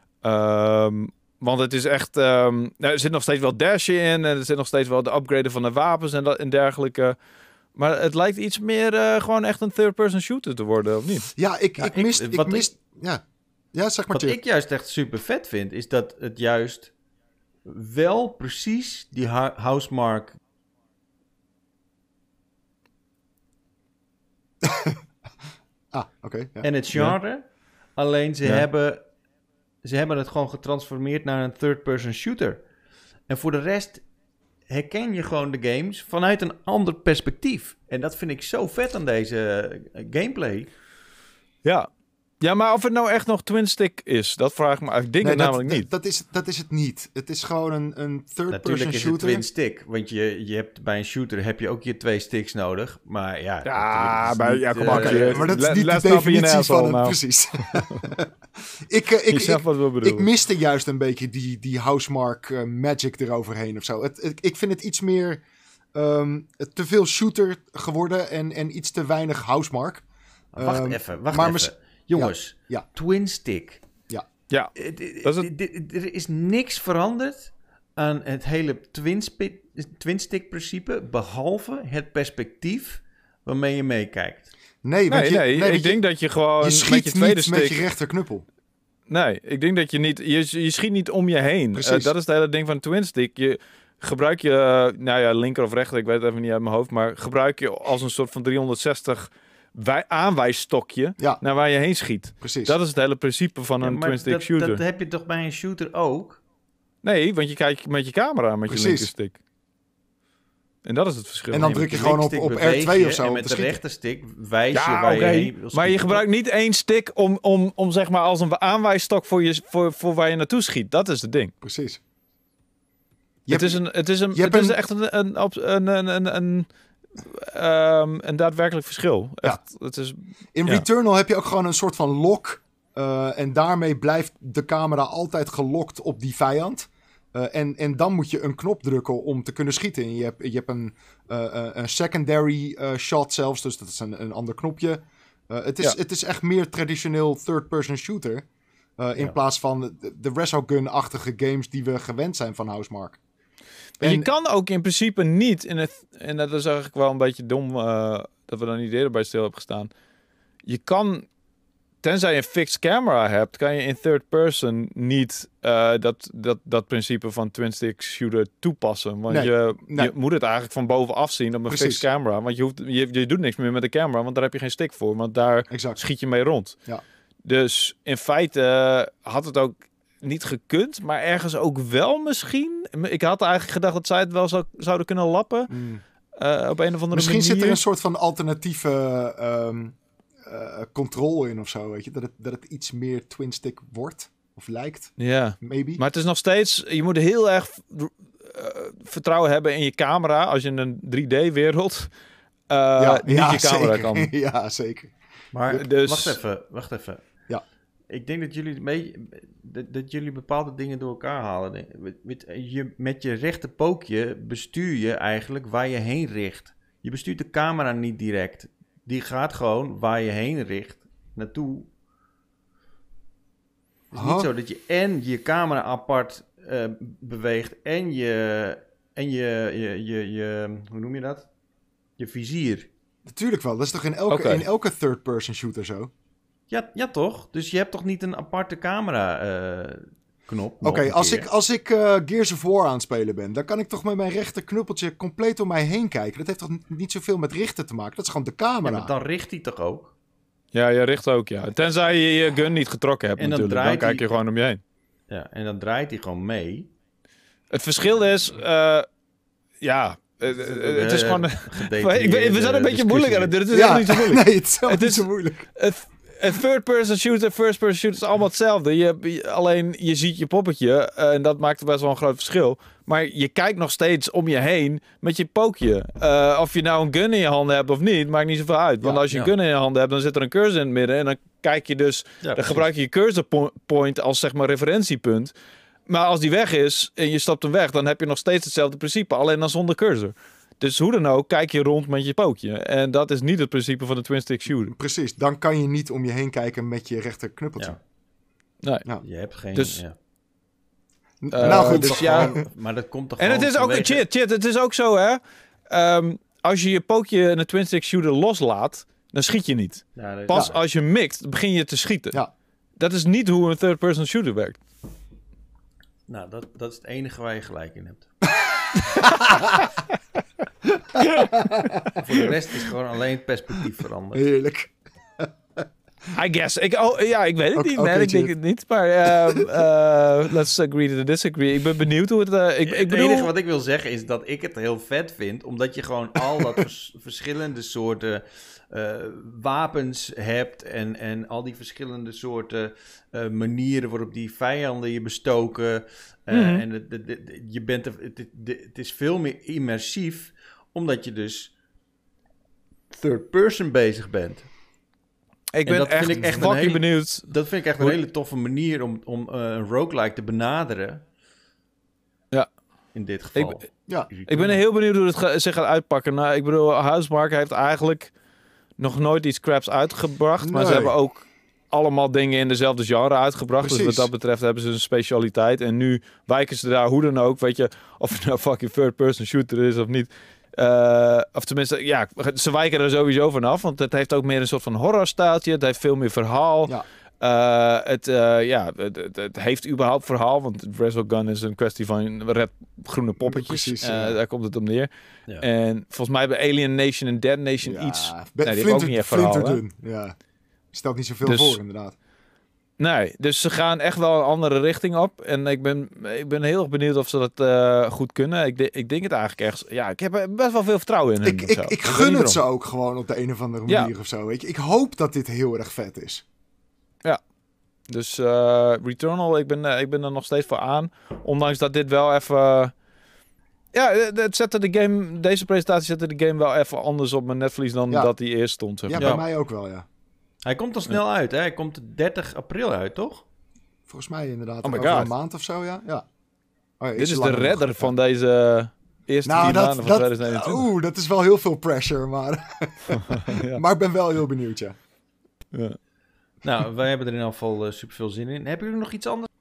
Um, Want het is echt... Um, nou, er zit nog steeds wel dashen in. En er zit nog steeds wel de upgraden van de wapens en, dat, en dergelijke. Maar het lijkt iets meer uh, gewoon echt een third-person shooter te worden, of niet? ja ik, Ja, ik ik- mist... Ik, wat mist ja. ja, zeg maar. Wat Chip. ik juist echt super vet vind, is dat het juist wel precies die hu- Housemarque... Ah, oké. ja. en het genre, alleen ze, Ja. hebben, ze hebben het gewoon getransformeerd naar een third-person shooter. En voor de rest herken je gewoon de games vanuit een ander perspectief. En dat vind ik zo vet aan deze eh, gameplay. Ja. Ja, maar of het nou echt nog twin-stick is, dat vraag ik me af. Ik denk Nee, het dat, namelijk niet. Dat is, dat is het niet. Het is gewoon een, een third-person Natuurlijk is het shooter. twin stick, want je, je hebt bij een shooter heb je ook je twee sticks nodig. Maar ja, Ja, natuurlijk, maar- het is ja, niet, kom op, eh, je- Maar dat is Let- niet let's de not be an definitie asshole van het, now. precies. ik, eh, ik, Je zegt ik, wat we bedoelen. ik miste juist een beetje die, die Housemarque uh, magic eroverheen of zo. Het, het- ik vind het iets meer um, te veel shooter geworden en, en iets te weinig Housemarque. Wacht Um, even, wacht maar even. mis- Jongens, ja. twin stick. Ja, Eh, d- Dat is het- d- d- Er is niks veranderd aan het hele twin, spi- twin stick principe, behalve het perspectief waarmee je meekijkt. Nee, want nee, je, nee, nee, want ik je, denk dat je gewoon je met schiet je tweede niet met stick... je rechterknuppel. Nee, ik denk dat je niet... Je, je schiet niet om je heen. Precies. Uh, dat is het hele ding van twin stick. Je gebruik je, uh, nou ja, linker of rechter, ik weet het even niet uit mijn hoofd, maar gebruik je als een soort van driehonderdzestig wij- aanwijsstokje Ja, naar waar je heen schiet. precies. Dat is het hele principe van Ja, een maar twin stick dat, shooter. dat heb je toch bij een shooter ook? Nee, want je kijkt met je camera met Precies. je linkerstick. En dat is het verschil. En dan Nee, druk met je gewoon op, linkstick op beweeg R twee je of zo En om met te de schieten. rechterstick wijs je Ja, waar oké. je heen wil Maar je schieten. gebruikt niet één stick om, om, om zeg maar als een aanwijsstok voor, je, voor, voor waar je naartoe schiet. Dat is het ding. Precies. Je Het hebt- is, een, het is, een, je het hebt is een- echt een, een, op- een, een, een, een, ehm, een daadwerkelijk verschil. Echt, het is, In ja. Returnal heb je ook gewoon een soort van lock. Uh, en daarmee blijft de camera altijd gelokt op die vijand. Uh, en, en dan moet je een knop drukken om te kunnen schieten. En je hebt, je hebt een, uh, uh, een secondary uh, shot zelfs. Dus dat is een, een ander knopje. Uh, het, is, Ja. het is echt meer traditioneel third-person shooter. Uh, in Ja. plaats van de, de Resogun-achtige games die we gewend zijn van Housemarque. Maar je En- kan ook in principe niet, in het, en dat is eigenlijk wel een beetje dom uh, dat we daar niet eerder bij stil hebben gestaan. Je kan, tenzij je een fixed camera hebt, kan je in third person niet uh, dat, dat, dat principe van twin stick shooter toepassen. Want Nee, je, nee. je moet het eigenlijk van bovenaf zien op een Precies. fixed camera. Want je, hoeft, je, je doet niks meer met de camera, want daar heb je geen stick voor. Want daar Exact. schiet je mee rond. Ja. Dus in feite uh, had het ook niet gekund, maar ergens ook wel misschien. Ik had eigenlijk gedacht dat zij het wel zou, zouden kunnen lappen. Mm. Uh, op een of andere Misschien manier. zit er een soort van alternatieve um, uh, control in of zo, weet je. Dat het, dat het iets meer twin-stick wordt of lijkt. Ja, maybe. Maar het is nog steeds... Je moet heel erg uh, vertrouwen hebben in je camera als je in een drie D-wereld uh, ja, niet ja, je camera zeker. kan. Ja, zeker. Maar dus... wacht even, wacht even. Ja. Ik denk dat jullie, mee, dat, dat jullie bepaalde dingen door elkaar halen. Met je, met je rechte pookje bestuur je eigenlijk waar je heen richt. Je bestuurt de camera niet direct. Die gaat gewoon waar je heen richt naartoe. Het is Huh? niet zo dat je en je camera apart uh, beweegt en je, en je, je, je, je, hoe noem je dat? Je vizier. Natuurlijk wel. Dat is toch in elke, Okay. in elke third-person shooter zo? Ja, ja, toch? Dus je hebt toch niet een aparte camera-knop? Oké, okay, als ik, als ik uh, Gears of War aan het spelen ben, dan kan ik toch met mijn rechter knuppeltje compleet om mij heen kijken. Dat heeft toch niet zoveel met richten te maken? Dat is gewoon de camera. Ja, maar dan richt hij toch ook? Ja, je richt ook, ja. Tenzij je je gun niet getrokken hebt en dan natuurlijk. Dan kijk je hij... gewoon om je heen. Ja, en dan draait hij gewoon mee. Het verschil is... Uh, ja... Uh, uh, uh, het is gewoon... Uh, ik ben, we zijn een beetje moeilijk aan het doen. Het is ja, echt niet zo moeilijk. Nee, het is, het het is is zo moeilijk. Het, een third-person shooter, first-person shooter is allemaal hetzelfde. Je, je, alleen je ziet je poppetje uh, en dat maakt best wel een groot verschil. Maar je kijkt nog steeds om je heen met je pookje. Uh, of je nou een gun in je handen hebt of niet, maakt niet zoveel uit. Want ja, als je ja. een gun in je handen hebt, dan zit er een cursor in het midden. En dan kijk je dus, Ja, dan precies. gebruik je je cursor po- point als zeg maar referentiepunt. Maar als die weg is en je stapt hem weg, dan heb je nog steeds hetzelfde principe. Alleen dan zonder cursor. Dus hoe dan ook, kijk je rond met je pookje. En dat is niet het principe van de twin-stick shooter. Precies, dan kan je niet om je heen kijken met je rechter knuppeltje. Ja. Nee. Ja. Je hebt geen... Dus- ja. N- Uh, nou goed, dus Toch ja. gewoon- maar dat komt toch En het gewoon is ook, vanwege- shit, shit, het is ook zo, hè. Um, als je je pookje in een twin-stick shooter loslaat, dan schiet je niet. Ja, dat- Pas Ja. als je mikt, begin je te schieten. Ja. Dat is niet hoe een third-person shooter werkt. Nou, dat, dat is het enige waar je gelijk in hebt. Voor de rest is gewoon alleen het perspectief veranderd. heerlijk. I guess. Ik, oh, ja, ik weet het Oké, niet, oké, man. Ik denk Chip. het niet. Maar um, uh, let's agree to disagree. Ik ben benieuwd hoe het... Uh, ik, ik Het bedoel... enige wat ik wil zeggen is dat ik het heel vet vind, omdat je gewoon al dat vers- verschillende soorten uh, wapens hebt en, en al die verschillende soorten uh, manieren waarop die vijanden je bestoken. Uh, Mhm. En het, het, het- je bent er, het, het, het is veel meer immersief, omdat je dus third person bezig bent. Ik en ben dat vind echt, ik echt een fucking hele- benieuwd. Dat vind ik echt een Hoe- hele toffe manier om, om uh, een roguelike te benaderen. Ja. In dit geval. Ik- Ja, Ik ben heel benieuwd hoe het ga- zich gaat uitpakken. Nou, ik bedoel, Housemarque heeft eigenlijk nog nooit iets craps uitgebracht. Maar Nee. ze hebben ook allemaal dingen in dezelfde genre uitgebracht. Dus Precies. wat dat betreft hebben ze een specialiteit. En nu wijken ze daar hoe dan ook. Weet je, of het nou fucking third-person shooter is of niet. Uh, of tenminste, ja, ze wijken er sowieso vanaf. Want het heeft ook meer een soort van horrorstaaltje. Het heeft veel meer verhaal. ja. Uh, het, uh, ja, het, het, het heeft überhaupt verhaal, want Resogun is een kwestie van red groene poppetjes. Precies, Uh, ja. Daar komt het op neer. Ja. En volgens mij bij Alien Nation en Dead Nation ja. iets. Be- Nee, die hebben ook niet echt verhaal, hè? Flinterdun, ja. Stelt niet zoveel Dus- voor, inderdaad. Nee, dus ze gaan echt wel een andere richting op. En ik ben, ik ben heel erg benieuwd of ze dat uh, goed kunnen. Ik, de, ik denk het eigenlijk echt. Ja, ik heb er best wel veel vertrouwen in. Ik, hen, ik, of zo. ik weet gun niet het ze waarom. ook gewoon op de een of andere Ja. manier of zo, weet je. Ik hoop dat dit heel erg vet is. Dus uh, Returnal, ik ben, uh, ik ben er nog steeds voor aan. Ondanks dat dit wel even... Uh, ja, het het zette de game... Deze presentatie zette de game wel even anders op mijn netvlies dan Ja. dat die eerst stond. Zeg Ja, maar. bij mij ook wel, ja. Hij komt er snel uit, hè? Hij komt dertig april uit, toch? Volgens mij inderdaad Oh my over God. een maand of zo, ja. ja. Oh, ja Dit is de langer redder nog. van deze eerste Nou, vier dat, maanden van dat, twintig eenentwintig. oeh, dat is wel heel veel pressure, maar... Ja. maar ik ben wel heel benieuwd, ja. Ja. Nou, wij hebben er in ieder geval uh, super veel zin in. Hebben jullie nog iets anders?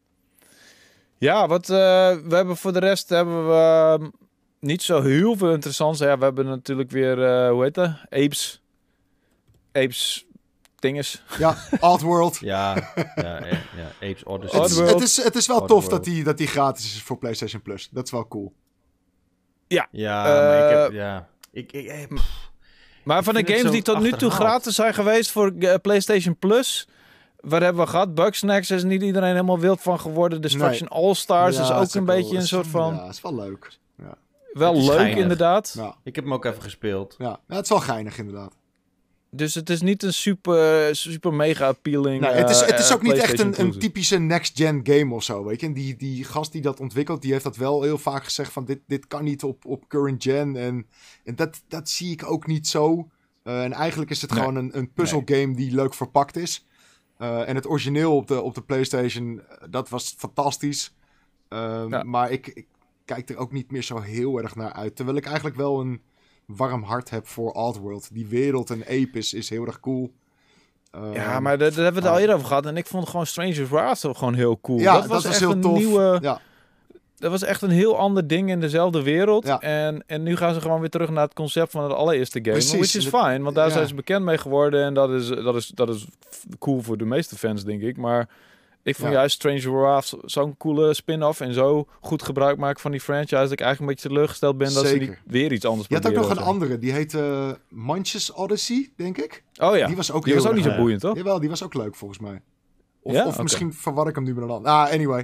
Ja, wat uh, we hebben voor de rest hebben we uh, niet zo heel veel interessants. Ja, we hebben natuurlijk weer, uh, hoe heet dat? Apes. Apes dinges. Ja, Oddworld. Ja, ja, ja, ja. Apes Odyssey. Het is, Oddworld. het, is, het is wel tof Oddworld. dat die, dat die gratis is voor PlayStation Plus. Dat is wel cool. Ja, Uh, maar ik heb... Ja, ik... ik eh, pff. Maar van de vind het games zo die tot nu toe achterhaald. gratis zijn geweest voor uh, PlayStation Plus... Wat hebben we gehad? Bugsnax is niet iedereen helemaal wild van geworden. Destruction nee. All-Stars ja, is ook een beetje een soort van... Ja, is wel leuk. Ja. Wel leuk, geinig. Inderdaad. Ja. Ik heb hem ook even gespeeld. Ja. ja, het is wel geinig, inderdaad. Dus het is niet een super, super mega appealing... Nee, het is, het is ook uh, niet echt een, een typische next-gen game of zo, weet je. En die, die gast die dat ontwikkelt, die heeft dat wel heel vaak gezegd van... dit, dit kan niet op, op current gen. En, en dat, dat zie ik ook niet zo. Uh, en eigenlijk is het nee. gewoon een, een puzzelgame nee. die leuk verpakt is. Uh, en het origineel op de, op de PlayStation, dat was fantastisch. Uh, ja. Maar ik, ik kijk er ook niet meer zo heel erg naar uit. Terwijl ik eigenlijk wel een warm hart heb voor Oddworld. Die wereld en ape is, is heel erg cool. Uh, ja, maar daar, daar hebben we het al eerder over gehad. En ik vond gewoon Stranger's Wrath gewoon heel cool. Ja, dat was, dat was echt heel een tof. Nieuwe, ja. Dat was echt een heel ander ding in dezelfde wereld. Ja. En, en nu gaan ze gewoon weer terug naar het concept van het allereerste game. Precies. Which is fine, want daar ja. zijn ze bekend mee geworden. En dat is, dat, is, dat is cool voor de meeste fans, denk ik. Maar ik vond ja. juist Stranger Wrath zo'n coole spin-off. En zo goed gebruik maken van die franchise. Dat ik eigenlijk een beetje teleurgesteld ben Zeker. dat ze niet weer iets anders proberen. Je had ook nog zo. een andere. Die heette uh, Manches Odyssey, denk ik. Oh ja. Die was ook, die heel was ook niet erg, zo boeiend, toch? Jawel, die was ook leuk volgens mij. Of, ja? of okay. misschien verwar ik hem nu met een ander. Ah, anyway.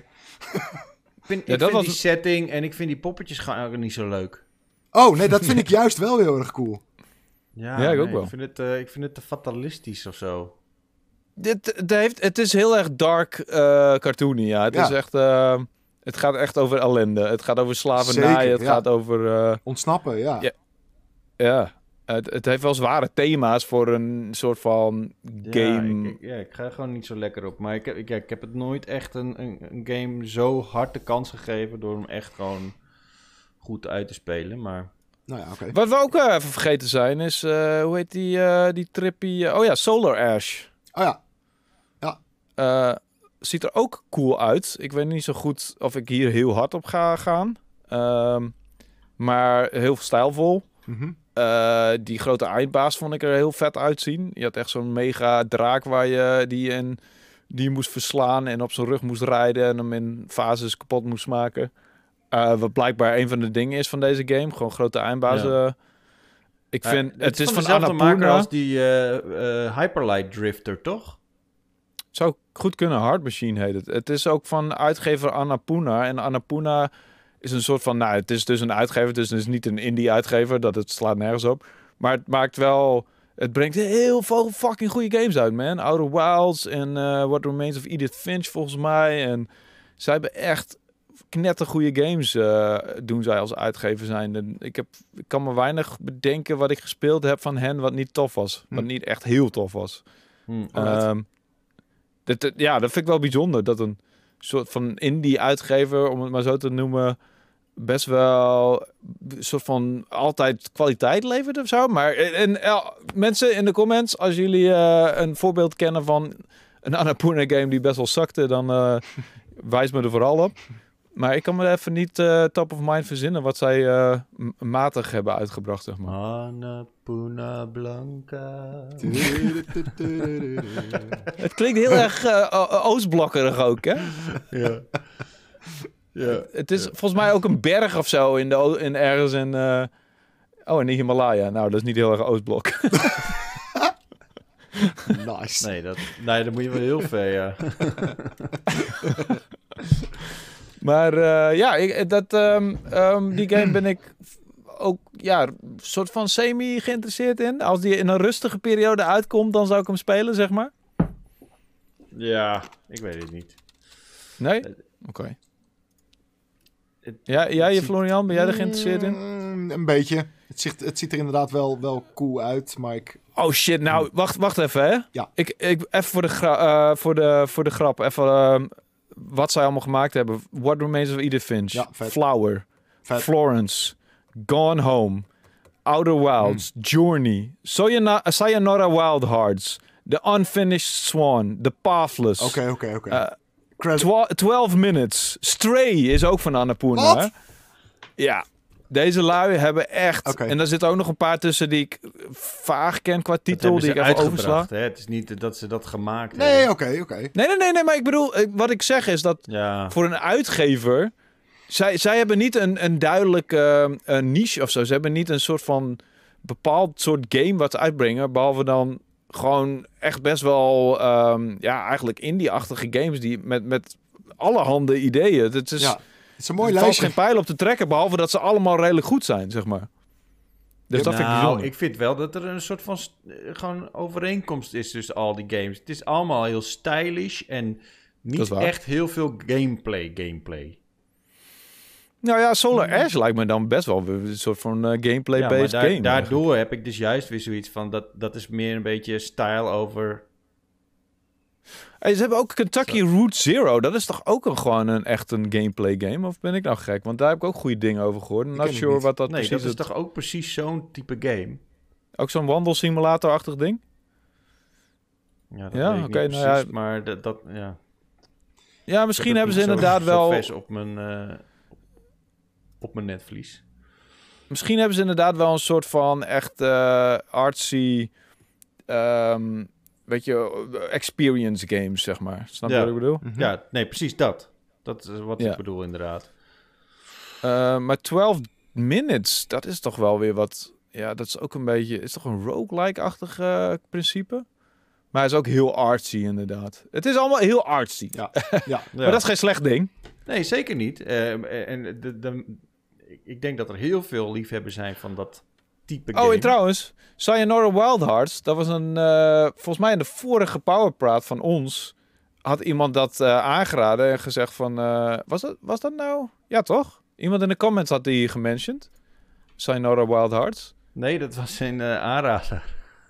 Ik vind, ja, ik vind was... die setting en ik vind die poppetjes gewoon niet zo leuk. Oh, nee, dat vind ik juist wel heel erg cool. Ja, ja ik nee, ook wel. Ik vind, het, uh, ik vind het te fatalistisch of zo. Dit, het, heeft, het is heel erg dark uh, cartoony, ja. Het, ja. Is echt, uh, het gaat echt over ellende. Het gaat over slavernij. Zeker, het ja. gaat over... Uh, ontsnappen, ja. Ja. ja. Het, het heeft wel zware thema's voor een soort van game. Ja, ik, ik, ja, ik ga er gewoon niet zo lekker op. Maar ik heb, ik, ja, ik heb het nooit echt een, een, een game zo hard de kans gegeven... door hem echt gewoon goed uit te spelen, maar... Nou ja, okay. Wat we ook uh, even vergeten zijn is... Uh, hoe heet die, uh, die trippy... Uh, oh ja, Solar Ash. Oh ja. Ja. Uh, ziet er ook cool uit. Ik weet niet zo goed of ik hier heel hard op ga gaan. Uh, maar heel stijlvol. Mm-hmm. Uh, die grote eindbaas vond ik er heel vet uitzien. Je had echt zo'n mega draak waar je die in die je moest verslaan en op zijn rug moest rijden en hem in fases kapot moest maken. Uh, wat blijkbaar een van de dingen is van deze game. Gewoon grote eindbazen. Ja. Ik ja, vind het, het is is van, van dezelfde Annapurna. maker als die uh, uh, Hyperlight Drifter, toch? Zou goed kunnen. Hard Machine heet het. Het is ook van uitgever Annapurna. En Annapurna is een soort van... Nou, het is dus een uitgever. Dus het is niet een indie uitgever. Dat het slaat nergens op. Maar het maakt wel... Het brengt heel veel fucking goede games uit, man. Outer Wilds en uh, What Remains of Edith Finch, volgens mij. En zij hebben echt knettergoeie games, uh, doen zij als uitgever zijn. En ik, heb, ik kan me weinig bedenken wat ik gespeeld heb van hen wat niet tof was. Hm. Wat niet echt heel tof was. Hm, um, dit, ja, dat vind ik wel bijzonder. Dat een soort van indie uitgever, om het maar zo te noemen... best wel een soort van altijd kwaliteit levert of zo. Maar en, en, mensen in de comments, als jullie uh, een voorbeeld kennen van een Annapurna game die best wel zakte, dan uh, wijs me er vooral op. Maar ik kan me even niet uh, top of mind verzinnen wat zij uh, matig hebben uitgebracht, zeg maar. Annapurna Blanca. Het klinkt heel erg uh, Oostblokkerig ook, hè? Ja. Ja, het is ja. volgens mij ook een berg of zo in, de, in ergens in... Uh... Oh, in de Himalaya. Nou, dat is niet heel erg Oostblok. Nice. Nee, dat, nee, dan moet je wel heel ver, ja. Maar uh, ja, ik, dat, um, um, die game ben ik ook ja, soort van semi geïnteresseerd in. Als die in een rustige periode uitkomt, dan zou ik hem spelen, zeg maar. Ja, ik weet het niet. Nee? Oké. Okay. Ja, jij, Florian, ben jij er geïnteresseerd in? Mm, een beetje. Het ziet, het ziet er inderdaad wel, wel cool uit, maar ik... Oh shit, nou, wacht, wacht even, hè? Ja. Ik, ik, even voor de, gra- uh, voor de, voor de grap, even uh, wat zij allemaal gemaakt hebben. What Remains of Edith Finch, ja, vet. Flower, vet. Florence, Gone Home, Outer Wilds, mm. Journey, Sayonara, Sayonara Wild Hearts, The Unfinished Swan, The Pathless. Oké, okay, oké, okay, oké. Okay. Uh, twaalf minutes. Stray is ook van Annapurna. Hè? Ja. Deze lui hebben echt... Okay. En daar zitten ook nog een paar tussen die ik vaag ken qua titel. Die ik even oversla. Hè? Het is niet dat ze dat gemaakt nee, hebben. Nee, oké, oké. Nee, nee, nee, nee. Maar ik bedoel... Wat ik zeg is dat ja. voor een uitgever... Zij, zij hebben niet een, een duidelijke uh, niche of zo. Ze hebben niet een soort van bepaald soort game wat ze uitbrengen. Behalve dan gewoon echt best wel... Um, ja, eigenlijk indie-achtige games die met, met allerhande ideeën. Het is, ja, het is een mooi er lijstje. valt geen pijl op te trekken, behalve dat ze allemaal redelijk goed zijn, zeg maar. Dus dat nou, vind ik bijzonder. ik vind wel dat er een soort van st- gewoon overeenkomst is tussen al die games. Het is allemaal heel stylish en niet echt heel veel gameplay gameplay. Nou ja, Solar Ash lijkt me dan best wel een soort van uh, gameplay-based ja, daar, game. Daardoor eigenlijk. heb ik dus juist weer zoiets van... dat, dat is meer een beetje style over... Hey, ze hebben ook Kentucky Zo. Route Zero. Dat is toch ook een, gewoon een echt een gameplay game? Of ben ik nou gek? Want daar heb ik ook goede dingen over gehoord. Not sure wat dat nee, precies dat is. Het... toch ook precies zo'n type game? Ook zo'n wandelsimulator-achtig ding? Ja, dat ja, weet ik okay, niet nou precies, ja. maar dat... dat ja. Ja, misschien hebben ze inderdaad zo, wel... Zo vers op mijn, uh, op mijn netvlies. Misschien hebben ze inderdaad wel een soort van echt uh, artsy... Um, weet je, experience games, zeg maar. Snap je ja. wat ik bedoel? Mm-hmm. Ja, nee, precies dat. Dat is wat ja. ik bedoel, inderdaad. Uh, maar twaalf minutes, dat is toch wel weer wat... Ja, dat is ook een beetje... Is toch een roguelike-achtig uh, principe? Maar hij is ook heel artsy, inderdaad. Het is allemaal heel artsy. Ja. ja. Maar dat is geen slecht ding. Nee, zeker niet. Uh, en de, de, ik denk dat er heel veel liefhebbers zijn van dat type game. Oh, en trouwens, Sayonara Wild Hearts, dat was een... Uh, volgens mij in de vorige Powerpraat van ons... had iemand dat uh, aangeraden en gezegd van... Uh, was, dat, was dat nou... Ja, toch? Iemand in de comments had die gementiond. Sayonara Wild Hearts. Nee, dat was een uh, aanrader.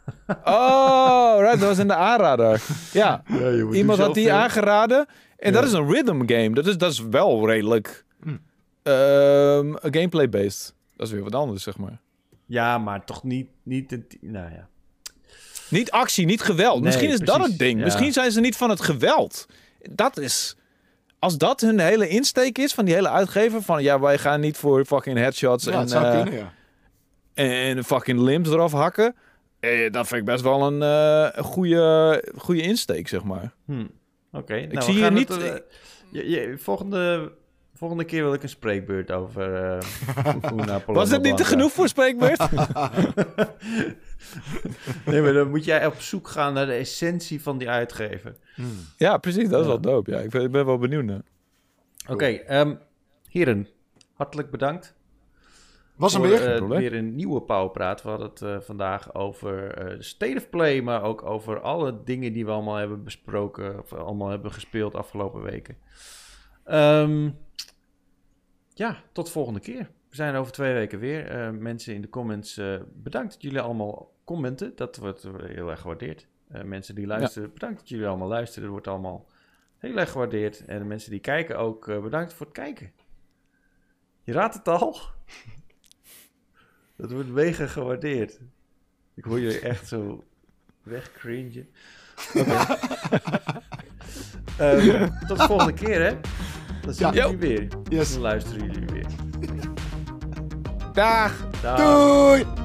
Oh, right, dat was in de aanrader. Ja, ja iemand had die veel... aangeraden. En ja. dat is een rhythm game. Dat is, dat is wel redelijk hm. um, gameplay-based. Dat is weer wat anders, zeg maar. Ja, maar toch niet... niet een t- nou ja. Niet actie, niet geweld. Nee, Misschien is precies, dat het ding. Ja. Misschien zijn ze niet van het geweld. Dat is... Als dat hun hele insteek is van die hele uitgever... van ja, wij gaan niet voor fucking headshots ja, en, het zou uh, kunnen, ja. en fucking limbs eraf hakken... Eh, dat vind ik best wel een, uh, een goede, goede insteek, zeg maar. Hmm. Oké. Okay. Ik nou, zie hier niet... Het, uh, je, je, volgende, volgende keer wil ik een spreekbeurt over... Uh, Was het niet te genoeg voor spreekbeurt? Nee, maar dan moet jij op zoek gaan naar de essentie van die uitgever. Hmm. Ja, precies. Dat is ja. wel dope. Ja, ik ben, ik ben wel benieuwd naar. Oké. Okay, um, heren, hartelijk bedankt. Was voor, er weer? Uh, weer een nieuwe Powerpraat. We hadden het uh, vandaag over uh, State of Play, maar ook over alle dingen die we allemaal hebben besproken, of allemaal hebben gespeeld afgelopen weken. Um, ja, tot volgende keer. We zijn over twee weken weer. Uh, mensen in de comments, uh, bedankt dat jullie allemaal commenten. Dat wordt heel erg gewaardeerd. Uh, mensen die luisteren, ja. bedankt dat jullie allemaal luisteren. Dat wordt allemaal heel erg gewaardeerd. En de mensen die kijken ook, uh, bedankt voor het kijken. Je raadt het al. Dat wordt mega gewaardeerd. Ik hoor jullie echt zo wegcringen. Oké. Okay. um, tot de volgende keer, hè? Dan zien we ja. jullie weer. Yes. Dan luisteren jullie weer. Dag. Dag. Doei.